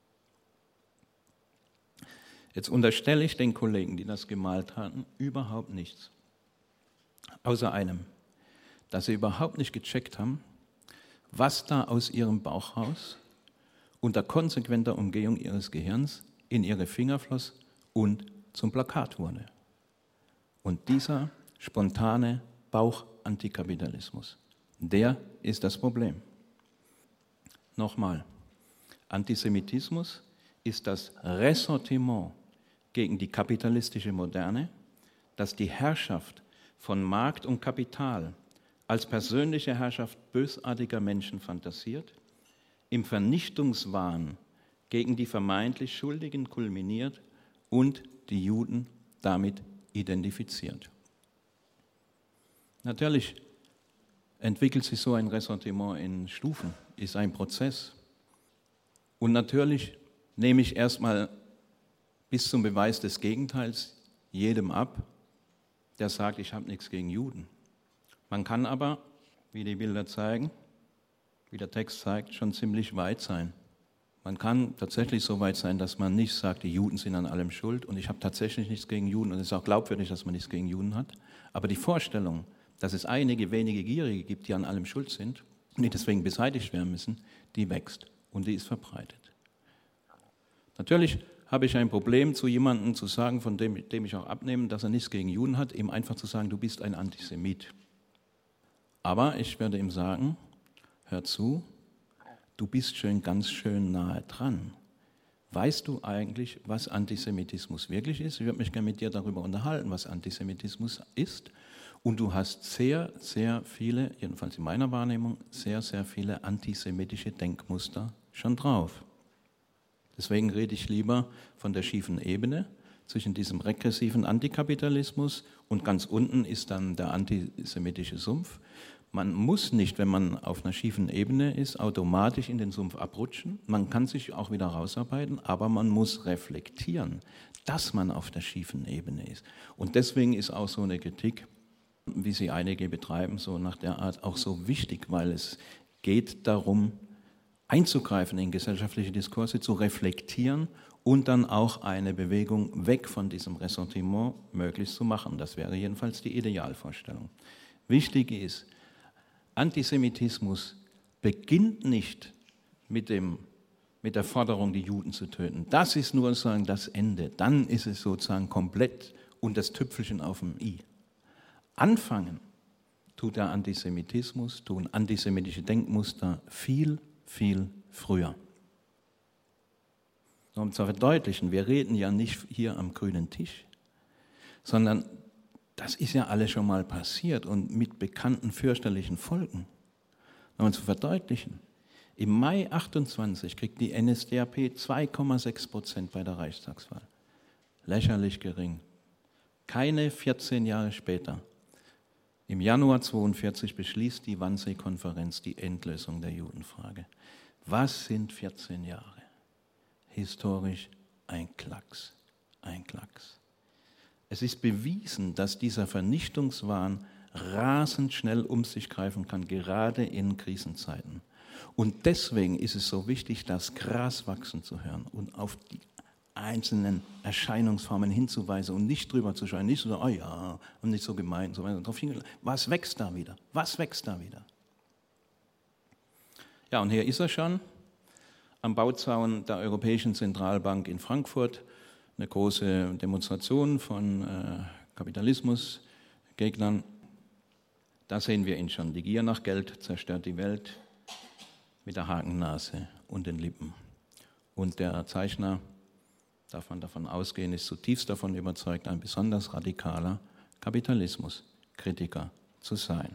Jetzt unterstelle ich den Kollegen, die das gemalt hatten, überhaupt nichts. Außer einem, dass sie überhaupt nicht gecheckt haben, was da aus ihrem Bauch raus unter konsequenter Umgehung ihres Gehirns in ihre Finger floss und zum Plakat wurde. Und dieser spontane Bauch-Antikapitalismus, der ist das Problem. Nochmal, Antisemitismus ist das Ressentiment gegen die kapitalistische Moderne, das die Herrschaft von Markt und Kapital als persönliche Herrschaft bösartiger Menschen fantasiert, im Vernichtungswahn gegen die vermeintlich Schuldigen kulminiert und die Juden damit identifiziert. Natürlich entwickelt sich so ein Ressentiment in Stufen, ist ein Prozess. Und natürlich nehme ich erstmal bis zum Beweis des Gegenteils jedem ab, der sagt, ich habe nichts gegen Juden. Man kann aber, wie die Bilder zeigen, wie der Text zeigt, schon ziemlich weit sein. Man kann tatsächlich so weit sein, dass man nicht sagt, die Juden sind an allem schuld und ich habe tatsächlich nichts gegen Juden und es ist auch glaubwürdig, dass man nichts gegen Juden hat. Aber die Vorstellung, dass es einige wenige Gierige gibt, die an allem schuld sind und die deswegen beseitigt werden müssen, die wächst und die ist verbreitet. Natürlich habe ich ein Problem, zu jemandem zu sagen, von dem, dem ich auch abnehme, dass er nichts gegen Juden hat, ihm einfach zu sagen, du bist ein Antisemit. Aber ich werde ihm sagen, hör zu, du bist schön, ganz schön nahe dran. Weißt du eigentlich, was Antisemitismus wirklich ist? Ich würde mich gerne mit dir darüber unterhalten, was Antisemitismus ist. Und du hast sehr, sehr viele, jedenfalls in meiner Wahrnehmung, sehr, sehr viele antisemitische Denkmuster schon drauf. Deswegen rede ich lieber von der schiefen Ebene zwischen diesem regressiven Antikapitalismus und ganz unten ist dann der antisemitische Sumpf. Man muss nicht, wenn man auf einer schiefen Ebene ist, automatisch in den Sumpf abrutschen. Man kann sich auch wieder rausarbeiten, aber man muss reflektieren, dass man auf der schiefen Ebene ist. Und deswegen ist auch so eine Kritik, wie sie einige betreiben, so nach der Art auch so wichtig, weil es geht darum, einzugreifen in gesellschaftliche Diskurse, zu reflektieren und dann auch eine Bewegung weg von diesem Ressentiment möglich zu machen. Das wäre jedenfalls die Idealvorstellung. Wichtig ist, Antisemitismus beginnt nicht mit, dem, mit der Forderung, die Juden zu töten. Das ist nur sozusagen das Ende. Dann ist es sozusagen komplett und das Tüpfelchen auf dem i. Anfangen tut der Antisemitismus, tun antisemitische Denkmuster viel, viel früher. Um zu verdeutlichen, wir reden ja nicht hier am grünen Tisch, sondern das ist ja alles schon mal passiert und mit bekannten fürchterlichen Folgen. Um zu verdeutlichen, im Mai achtundzwanzig kriegt die N S D A P zwei Komma sechs Prozent bei der Reichstagswahl. Lächerlich gering. Keine vierzehn Jahre später, im Januar zweiundvierzig, beschließt die Wannsee-Konferenz die Endlösung der Judenfrage. Was sind vierzehn Jahre? Historisch ein Klacks, ein Klacks. Es ist bewiesen, dass dieser Vernichtungswahn rasend schnell um sich greifen kann, gerade in Krisenzeiten. Und deswegen ist es so wichtig, das Gras wachsen zu hören und auf die einzelnen Erscheinungsformen hinzuweisen und nicht drüber zu schauen, nicht so, oh ja, und nicht so gemein, so weiter. Was wächst da wieder? Was wächst da wieder? Ja, und hier ist er schon, am Bauzaun der Europäischen Zentralbank in Frankfurt, eine große Demonstration von äh, Kapitalismusgegnern. Da sehen wir ihn schon. Die Gier nach Geld zerstört die Welt mit der Hakennase und den Lippen. Und der Zeichner, darf man davon ausgehen, ist zutiefst davon überzeugt, ein besonders radikaler Kapitalismuskritiker zu sein.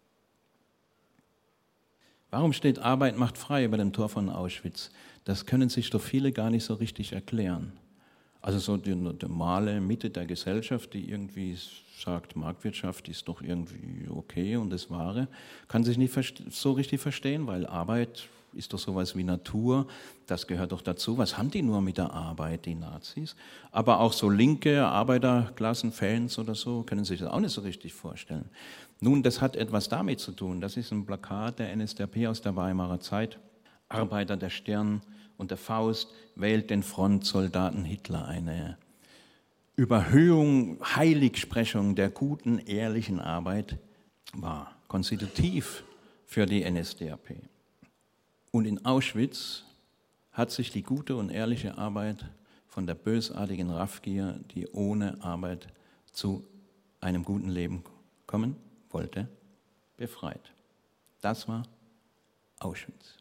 Warum steht Arbeit macht frei über dem Tor von Auschwitz? Das können sich doch viele gar nicht so richtig erklären. Also so die normale Mitte der Gesellschaft, die irgendwie sagt, Marktwirtschaft ist doch irgendwie okay und das Wahre, kann sich nicht so richtig verstehen, weil Arbeit ist doch sowas wie Natur, das gehört doch dazu. Was haben die nur mit der Arbeit, die Nazis? Aber auch so linke Arbeiterklassenfans oder so können sich das auch nicht so richtig vorstellen. Nun, das hat etwas damit zu tun. Das ist ein Plakat der N S D A P aus der Weimarer Zeit. Arbeiter der Stern und der Faust wählt den Frontsoldaten Hitler. Eine Überhöhung, Heiligsprechung der guten, ehrlichen Arbeit war konstitutiv für die N S D A P. Und in Auschwitz hat sich die gute und ehrliche Arbeit von der bösartigen Raffgier, die ohne Arbeit zu einem guten Leben kommen wollte, befreit. Das war Auschwitz.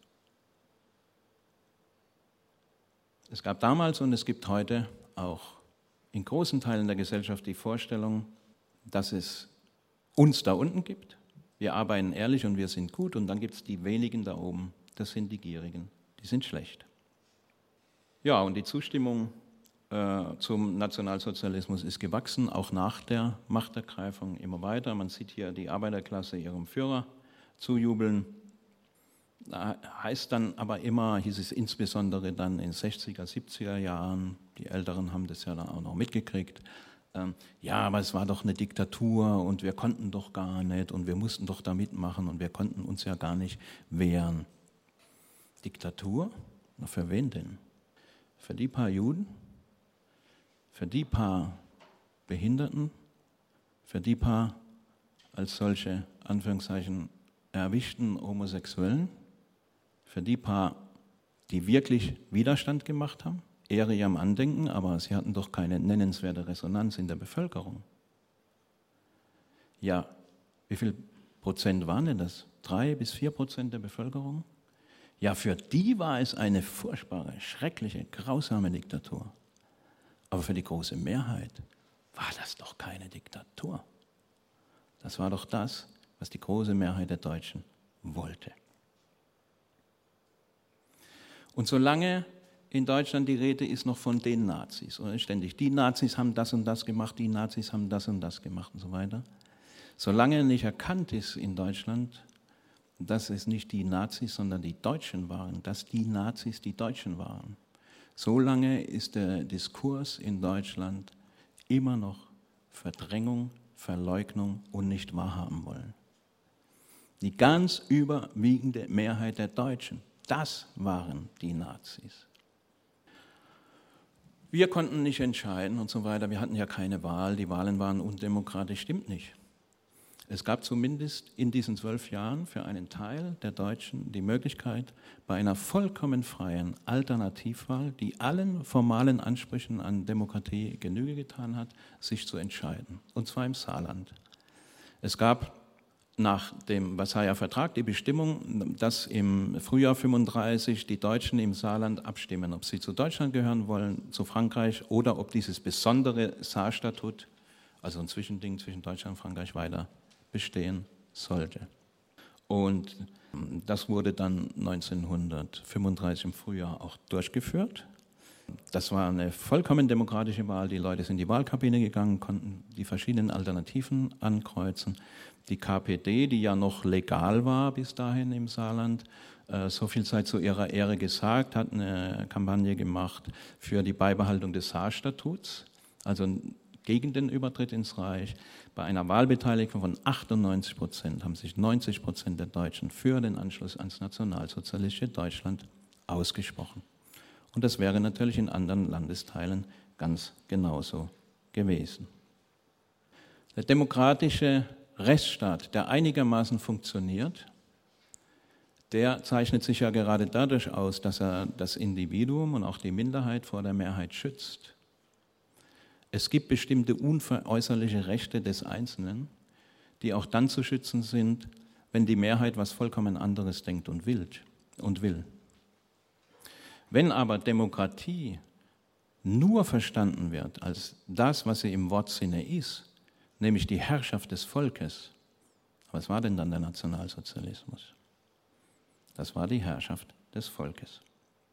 Es gab damals und es gibt heute auch in großen Teilen der Gesellschaft die Vorstellung, dass es uns da unten gibt. Wir arbeiten ehrlich und wir sind gut und dann gibt es die wenigen da oben, das sind die Gierigen, die sind schlecht. Ja, und die Zustimmung äh, zum Nationalsozialismus ist gewachsen, auch nach der Machtergreifung immer weiter. Man sieht hier die Arbeiterklasse ihrem Führer zujubeln. Da heißt dann aber immer, hieß es insbesondere dann in sechziger, siebziger Jahren, die Älteren haben das ja dann auch noch mitgekriegt, ähm, ja, aber es war doch eine Diktatur und wir konnten doch gar nicht und wir mussten doch da mitmachen und wir konnten uns ja gar nicht wehren. Diktatur? Na, für wen denn? Für die paar Juden? Für die paar Behinderten? Für die paar als solche, Anführungszeichen, erwischten Homosexuellen? Für die paar, die wirklich Widerstand gemacht haben? Ehre ihrem Andenken, aber sie hatten doch keine nennenswerte Resonanz in der Bevölkerung. Ja, wie viel Prozent waren denn das? Drei bis vier Prozent der Bevölkerung? Ja, für die war es eine furchtbare, schreckliche, grausame Diktatur. Aber für die große Mehrheit war das doch keine Diktatur. Das war doch das, was die große Mehrheit der Deutschen wollte. Und solange in Deutschland die Rede ist noch von den Nazis, oder ständig, die Nazis haben das und das gemacht, die Nazis haben das und das gemacht und so weiter, solange nicht erkannt ist in Deutschland, dass es nicht die Nazis, sondern die Deutschen waren, dass die Nazis die Deutschen waren. Solange ist der Diskurs in Deutschland immer noch Verdrängung, Verleugnung und nicht wahrhaben wollen. Die ganz überwiegende Mehrheit der Deutschen, das waren die Nazis. Wir konnten nicht entscheiden und so weiter, wir hatten ja keine Wahl, die Wahlen waren undemokratisch, stimmt nicht. Es gab zumindest in diesen zwölf Jahren für einen Teil der Deutschen die Möglichkeit, bei einer vollkommen freien Alternativwahl, die allen formalen Ansprüchen an Demokratie Genüge getan hat, sich zu entscheiden. Und zwar im Saarland. Es gab nach dem Versailler Vertrag die Bestimmung, dass im Frühjahr fünfunddreißig die Deutschen im Saarland abstimmen, ob sie zu Deutschland gehören wollen, zu Frankreich oder ob dieses besondere Saarstatut, also ein Zwischending zwischen Deutschland und Frankreich, weiter bestehen sollte. Und das wurde dann neunzehnhundertfünfunddreißig im Frühjahr auch durchgeführt. Das war eine vollkommen demokratische Wahl. Die Leute sind in die Wahlkabine gegangen, konnten die verschiedenen Alternativen ankreuzen. Die K P D, die ja noch legal war bis dahin im Saarland, So viel sei zu ihrer Ehre gesagt, hat eine Kampagne gemacht für die Beibehaltung des Saarstatuts, also gegen den Übertritt ins Reich. Bei einer Wahlbeteiligung von achtundneunzig Prozent haben sich neunzig Prozent der Deutschen für den Anschluss ans nationalsozialistische Deutschland ausgesprochen. Und das wäre natürlich in anderen Landesteilen ganz genauso gewesen. Der demokratische Rechtsstaat, der einigermaßen funktioniert, der zeichnet sich ja gerade dadurch aus, dass er das Individuum und auch die Minderheit vor der Mehrheit schützt. Es gibt bestimmte unveräußerliche Rechte des Einzelnen, die auch dann zu schützen sind, wenn die Mehrheit was vollkommen anderes denkt und will. Und will. Wenn aber Demokratie nur verstanden wird als das, was sie im Wortsinne ist, nämlich die Herrschaft des Volkes, was war denn dann der Nationalsozialismus? Das war die Herrschaft des Volkes.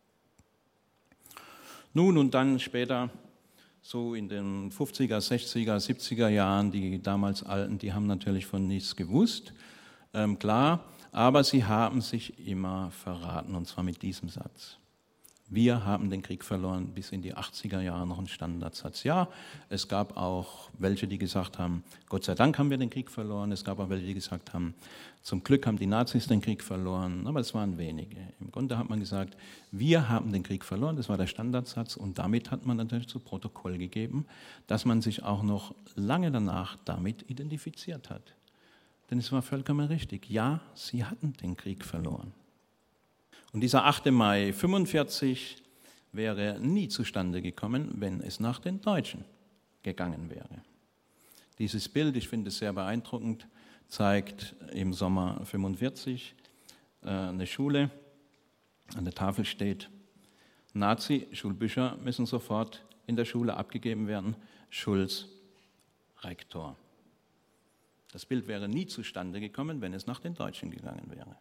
Nun und dann später, so in den fünfziger, sechziger, siebziger Jahren, die damals Alten, die haben natürlich von nichts gewusst, ähm, klar, aber sie haben sich immer verraten, und zwar mit diesem Satz. Wir haben den Krieg verloren, bis in die achtziger Jahre noch ein Standardsatz. Ja, es gab auch welche, die gesagt haben, Gott sei Dank haben wir den Krieg verloren. Es gab auch welche, die gesagt haben, zum Glück haben die Nazis den Krieg verloren. Aber es waren wenige. Im Grunde hat man gesagt, wir haben den Krieg verloren. Das war der Standardsatz. Und damit hat man natürlich zu Protokoll gegeben, dass man sich auch noch lange danach damit identifiziert hat. Denn es war vollkommen richtig. Ja, sie hatten den Krieg verloren. Und dieser achte Mai fünfundvierzig wäre nie zustande gekommen, wenn es nach den Deutschen gegangen wäre. Dieses Bild, ich finde es sehr beeindruckend, zeigt im Sommer fünfundvierzig eine Schule. An der Tafel steht, Nazi-Schulbücher müssen sofort in der Schule abgegeben werden, Schulz, Rektor. Das Bild wäre nie zustande gekommen, wenn es nach den Deutschen gegangen wäre.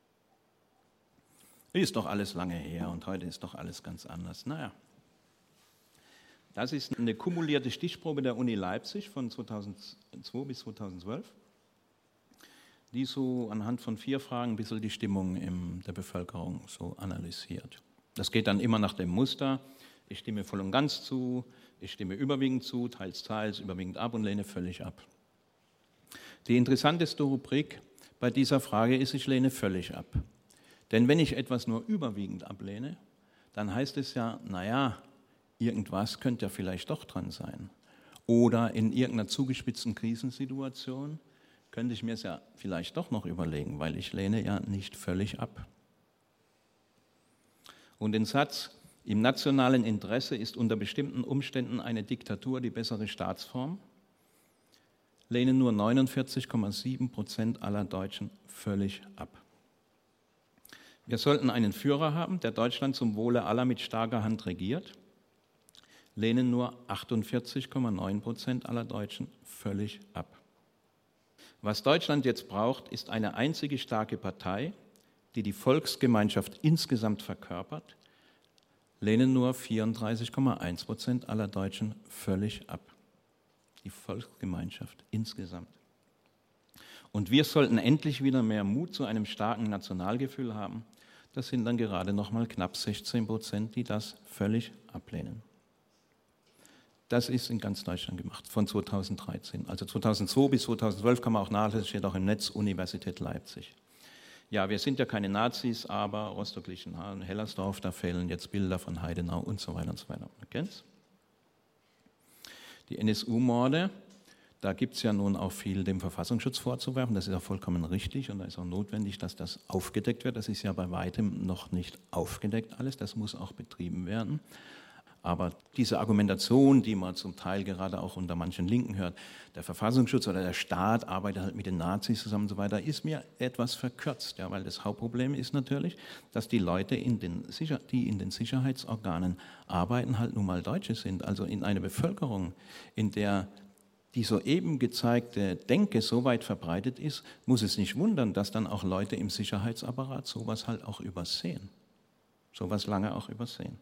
Ist doch alles lange her und heute ist doch alles ganz anders. Naja, das ist eine kumulierte Stichprobe der Uni Leipzig von zweitausendzwei bis zweitausendzwölf, die so anhand von vier Fragen ein bisschen die Stimmung in der Bevölkerung so analysiert. Das geht dann immer nach dem Muster, ich stimme voll und ganz zu, ich stimme überwiegend zu, teils, teils, überwiegend ab und lehne völlig ab. Die interessanteste Rubrik bei dieser Frage ist, ich lehne völlig ab. Denn wenn ich etwas nur überwiegend ablehne, dann heißt es ja, naja, irgendwas könnte ja vielleicht doch dran sein. Oder in irgendeiner zugespitzten Krisensituation könnte ich mir es ja vielleicht doch noch überlegen, weil ich lehne ja nicht völlig ab. Und den Satz, im nationalen Interesse ist unter bestimmten Umständen eine Diktatur die bessere Staatsform, lehnen nur neunundvierzig Komma sieben Prozent aller Deutschen völlig ab. Wir sollten einen Führer haben, der Deutschland zum Wohle aller mit starker Hand regiert, lehnen nur achtundvierzig Komma neun Prozent aller Deutschen völlig ab. Was Deutschland jetzt braucht, ist eine einzige starke Partei, die die Volksgemeinschaft insgesamt verkörpert, lehnen nur vierunddreißig Komma eins Prozent aller Deutschen völlig ab. Die Volksgemeinschaft insgesamt. Und wir sollten endlich wieder mehr Mut zu einem starken Nationalgefühl haben. Das sind dann gerade noch mal knapp sechzehn Prozent, die das völlig ablehnen. Das ist in ganz Deutschland gemacht, von zweitausenddreizehn. Also zweitausendzwei bis zweitausendzwölf kann man auch nachlesen, steht auch im Netz, Universität Leipzig. Ja, wir sind ja keine Nazis, aber Rostock-Lichtenhagen, Hellersdorf, da fehlen jetzt Bilder von Heidenau und so weiter und so weiter. Man kennt's? Die N S U-Morde, da gibt es ja nun auch viel dem Verfassungsschutz vorzuwerfen, das ist ja vollkommen richtig und da ist auch notwendig, dass das aufgedeckt wird. Das ist ja bei weitem noch nicht aufgedeckt alles, das muss auch betrieben werden. Aber diese Argumentation, die man zum Teil gerade auch unter manchen Linken hört, der Verfassungsschutz oder der Staat arbeitet halt mit den Nazis zusammen und so weiter, ist mir etwas verkürzt, ja, weil das Hauptproblem ist natürlich, dass die Leute, in den Sicher- die in den Sicherheitsorganen arbeiten, halt nun mal Deutsche sind. Also in einer Bevölkerung, in der die soeben gezeigte Denke so weit verbreitet ist, muss es nicht wundern, dass dann auch Leute im Sicherheitsapparat sowas halt auch übersehen, sowas lange auch übersehen.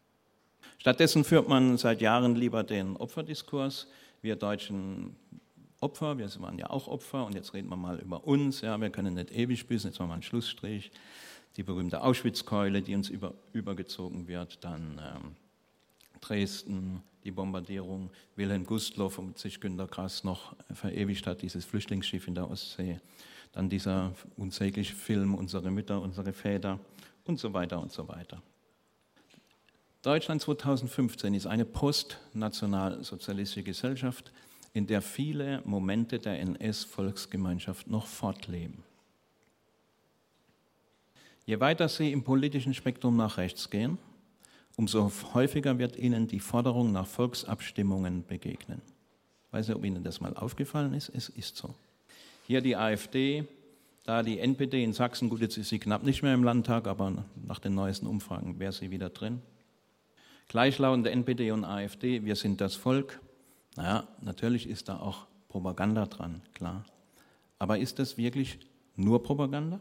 Stattdessen führt man seit Jahren lieber den Opferdiskurs. Wir Deutschen Opfer, wir waren ja auch Opfer und jetzt reden wir mal über uns, ja, wir können nicht ewig büßen, jetzt machen wir einen Schlussstrich. Die berühmte Auschwitz-Keule, die uns über, übergezogen wird, dann ähm, Dresden, die Bombardierung, Wilhelm Gustloff, womit sich Günter Grass noch verewigt hat, dieses Flüchtlingsschiff in der Ostsee, dann dieser unsägliche Film Unsere Mütter, unsere Väter und so weiter und so weiter. Deutschland zweitausendfünfzehn ist eine postnationalsozialistische Gesellschaft, in der viele Momente der N S-Volksgemeinschaft noch fortleben. Je weiter Sie im politischen Spektrum nach rechts gehen, umso häufiger wird Ihnen die Forderung nach Volksabstimmungen begegnen. Ich weiß nicht, ob Ihnen das mal aufgefallen ist, es ist so. Hier die AfD, da die N P D in Sachsen, gut, jetzt ist sie knapp nicht mehr im Landtag, aber nach den neuesten Umfragen wäre sie wieder drin. Gleichlautende N P D und AfD, wir sind das Volk. Naja, natürlich ist da auch Propaganda dran, klar. Aber ist das wirklich nur Propaganda?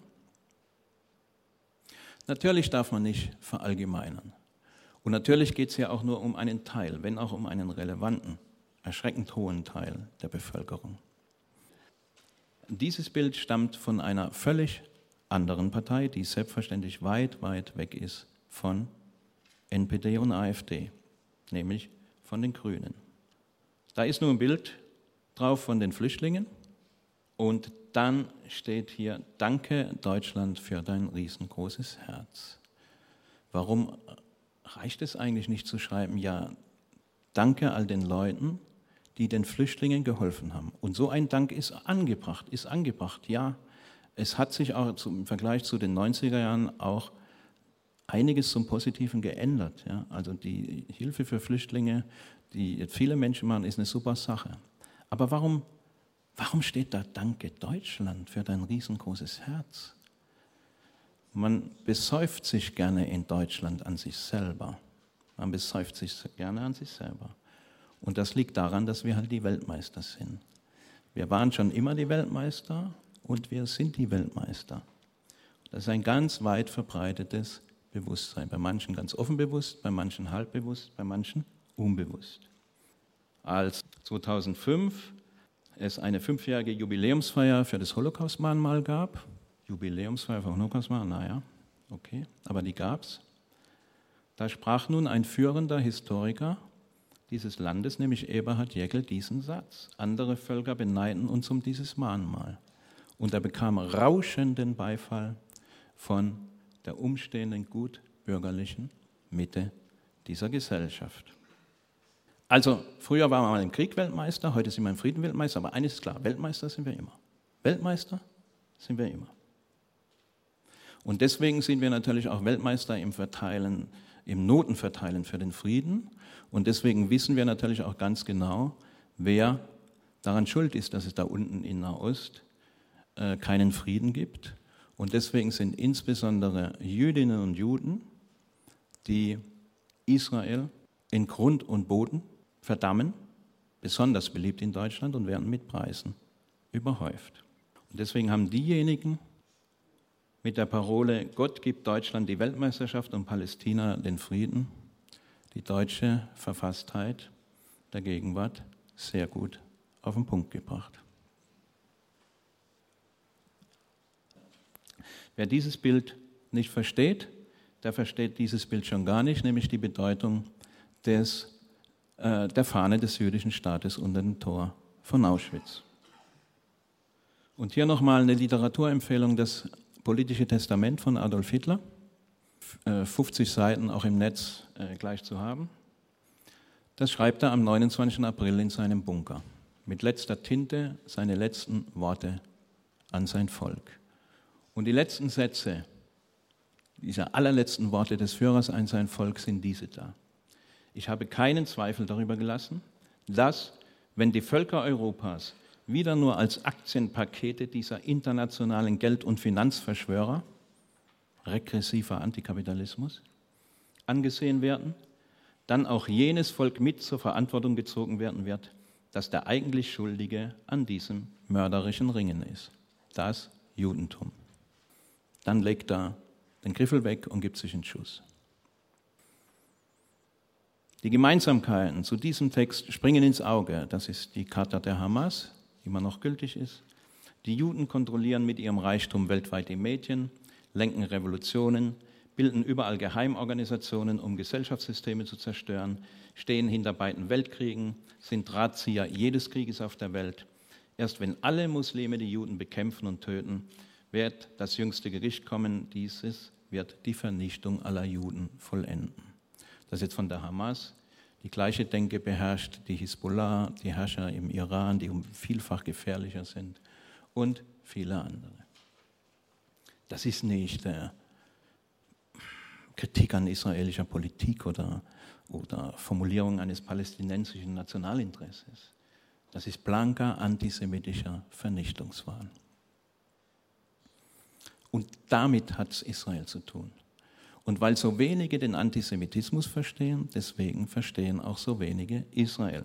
Natürlich darf man nicht verallgemeinern. Und natürlich geht es ja auch nur um einen Teil, wenn auch um einen relevanten, erschreckend hohen Teil der Bevölkerung. Dieses Bild stammt von einer völlig anderen Partei, die selbstverständlich weit, weit weg ist von N P D und AfD, nämlich von den Grünen. Da ist nur ein Bild drauf von den Flüchtlingen und dann steht hier, danke Deutschland für dein riesengroßes Herz. Warum reicht es eigentlich nicht zu schreiben, ja, danke all den Leuten, die den Flüchtlingen geholfen haben. Und so ein Dank ist angebracht, ist angebracht, ja. Es hat sich auch im Vergleich zu den neunziger Jahren auch einiges zum Positiven geändert. Ja. Also die Hilfe für Flüchtlinge, die viele Menschen machen, ist eine super Sache. Aber warum, warum steht da Danke Deutschland für dein riesengroßes Herz? Man besäuft sich gerne in Deutschland an sich selber. Man besäuft sich gerne an sich selber. Und das liegt daran, dass wir halt die Weltmeister sind. Wir waren schon immer die Weltmeister und wir sind die Weltmeister. Das ist ein ganz weit verbreitetes Bewusstsein. Bei manchen ganz offen bewusst, bei manchen halb bewusst, bei manchen unbewusst. Als zweitausendfünf es eine fünfjährige Jubiläumsfeier für das Holocaust-Mahnmal gab, Jubiläumsfeier für Holocaust-Mahnmal, naja, okay, aber die gab es, da sprach nun ein führender Historiker dieses Landes, nämlich Eberhard Jäckel, diesen Satz. Andere Völker beneiden uns um dieses Mahnmal. Und er bekam rauschenden Beifall von der umstehenden gutbürgerlichen Mitte dieser Gesellschaft. Also, früher waren wir mal im Krieg Weltmeister, heute sind wir im Frieden Weltmeister, aber eines ist klar, Weltmeister sind wir immer. Weltmeister sind wir immer. Und deswegen sind wir natürlich auch Weltmeister im Verteilen, im Notenverteilen für den Frieden. Und deswegen wissen wir natürlich auch ganz genau, wer daran schuld ist, dass es da unten in Nahost äh, keinen Frieden gibt. Und deswegen sind insbesondere Jüdinnen und Juden, die Israel in Grund und Boden verdammen, besonders beliebt in Deutschland und werden mit Preisen überhäuft. Und deswegen haben diejenigen mit der Parole, Gott gibt Deutschland die Weltmeisterschaft und Palästina den Frieden, die deutsche Verfasstheit der Gegenwart sehr gut auf den Punkt gebracht. Wer dieses Bild nicht versteht, der versteht dieses Bild schon gar nicht, nämlich die Bedeutung des, äh, der Fahne des jüdischen Staates unter dem Tor von Auschwitz. Und hier nochmal eine Literaturempfehlung, das Politische Testament von Adolf Hitler, fünfzig Seiten auch im Netz äh, gleich zu haben. Das schreibt er am neunundzwanzigsten April in seinem Bunker. Mit letzter Tinte seine letzten Worte an sein Volk. Und die letzten Sätze, diese allerletzten Worte des Führers an sein Volk sind diese da. Ich habe keinen Zweifel darüber gelassen, dass, wenn die Völker Europas wieder nur als Aktienpakete dieser internationalen Geld- und Finanzverschwörer, regressiver Antikapitalismus, angesehen werden, dann auch jenes Volk mit zur Verantwortung gezogen werden wird, das der eigentlich Schuldige an diesem mörderischen Ringen ist, das Judentum. Dann legt er den Griffel weg und gibt sich einen Schuss. Die Gemeinsamkeiten zu diesem Text springen ins Auge. Das ist die Charta der Hamas, immer noch gültig ist. Die Juden kontrollieren mit ihrem Reichtum weltweit die Medien, lenken Revolutionen, bilden überall Geheimorganisationen, um Gesellschaftssysteme zu zerstören, stehen hinter beiden Weltkriegen, sind Drahtzieher jedes Krieges auf der Welt. Erst wenn alle Muslime die Juden bekämpfen und töten, wird das jüngste Gericht kommen. Dieses wird die Vernichtung aller Juden vollenden. Das ist jetzt von der Hamas. Die gleiche Denke beherrscht die Hisbollah, die Herrscher im Iran, die vielfach gefährlicher sind, und viele andere. Das ist nicht äh, Kritik an israelischer Politik oder, oder Formulierung eines palästinensischen Nationalinteresses. Das ist blanker antisemitischer Vernichtungswahn. Und damit hat es Israel zu tun. Und weil so wenige den Antisemitismus verstehen, deswegen verstehen auch so wenige Israel.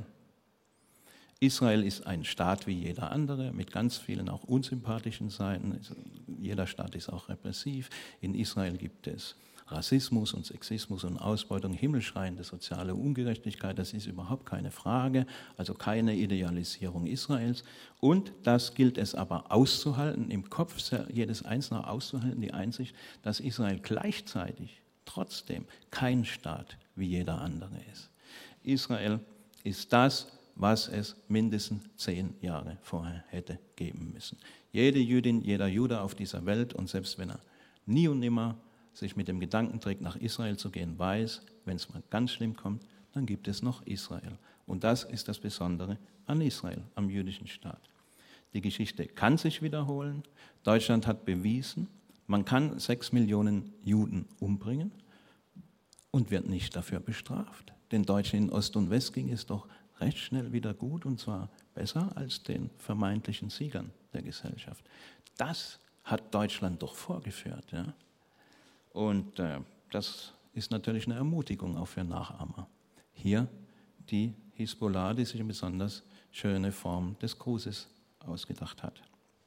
Israel ist ein Staat wie jeder andere, mit ganz vielen auch unsympathischen Seiten. Jeder Staat ist auch repressiv. In Israel gibt es Rassismus und Sexismus und Ausbeutung, himmelschreiende soziale Ungerechtigkeit, das ist überhaupt keine Frage, also keine Idealisierung Israels. Und das gilt es aber auszuhalten, im Kopf jedes Einzelnen auszuhalten, die Einsicht, dass Israel gleichzeitig trotzdem kein Staat wie jeder andere ist. Israel ist das, was es mindestens zehn Jahre vorher hätte geben müssen. Jede Jüdin, jeder Jude auf dieser Welt, und selbst wenn er nie und nimmer sich mit dem Gedanken trägt, nach Israel zu gehen, weiß, wenn es mal ganz schlimm kommt, dann gibt es noch Israel. Und das ist das Besondere an Israel, am jüdischen Staat. Die Geschichte kann sich wiederholen. Deutschland hat bewiesen, man kann sechs Millionen Juden umbringen und wird nicht dafür bestraft. Den Deutschen in Ost und West ging es doch recht schnell wieder gut, und zwar besser als den vermeintlichen Siegern der Gesellschaft. Das hat Deutschland doch vorgeführt, ja. Und äh, das ist natürlich eine Ermutigung auch für Nachahmer. Hier die Hisbollah, die sich eine besonders schöne Form des Grußes ausgedacht hat.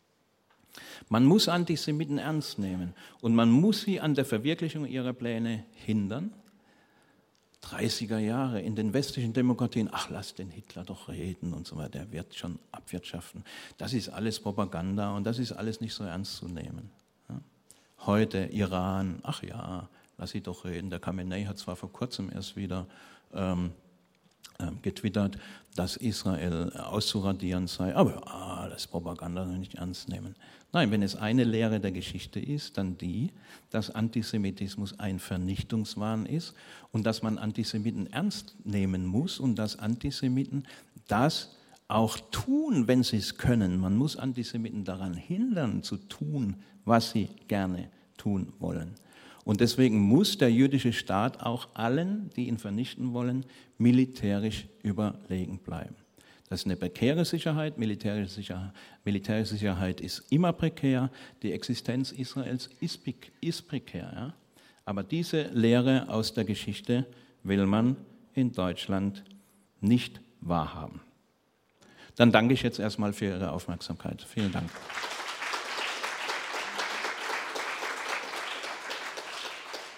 Man muss Antisemiten ernst nehmen und man muss sie an der Verwirklichung ihrer Pläne hindern. dreißiger Jahre in den westlichen Demokratien, ach, lass den Hitler doch reden und so weiter, der wird schon abwirtschaften. Das ist alles Propaganda und das ist alles nicht so ernst zu nehmen. Heute Iran, ach ja, lass sie doch reden. Der Khamenei hat zwar vor kurzem erst wieder ähm, ähm, getwittert, dass Israel auszuradieren sei, aber ah, das ist Propaganda, nicht ernst nehmen. Nein, wenn es eine Lehre der Geschichte ist, dann die, dass Antisemitismus ein Vernichtungswahn ist und dass man Antisemiten ernst nehmen muss und dass Antisemiten das auch tun, wenn sie es können. Man muss Antisemiten daran hindern, zu tun, was sie gerne tun wollen. Und deswegen muss der jüdische Staat auch allen, die ihn vernichten wollen, militärisch überlegen bleiben. Das ist eine prekäre Sicherheit. Militärische Sicherheit, militärische Sicherheit ist immer prekär. Die Existenz Israels ist, ist prekär. Ja? Aber diese Lehre aus der Geschichte will man in Deutschland nicht wahrhaben. Dann danke ich jetzt erstmal für Ihre Aufmerksamkeit. Vielen Dank.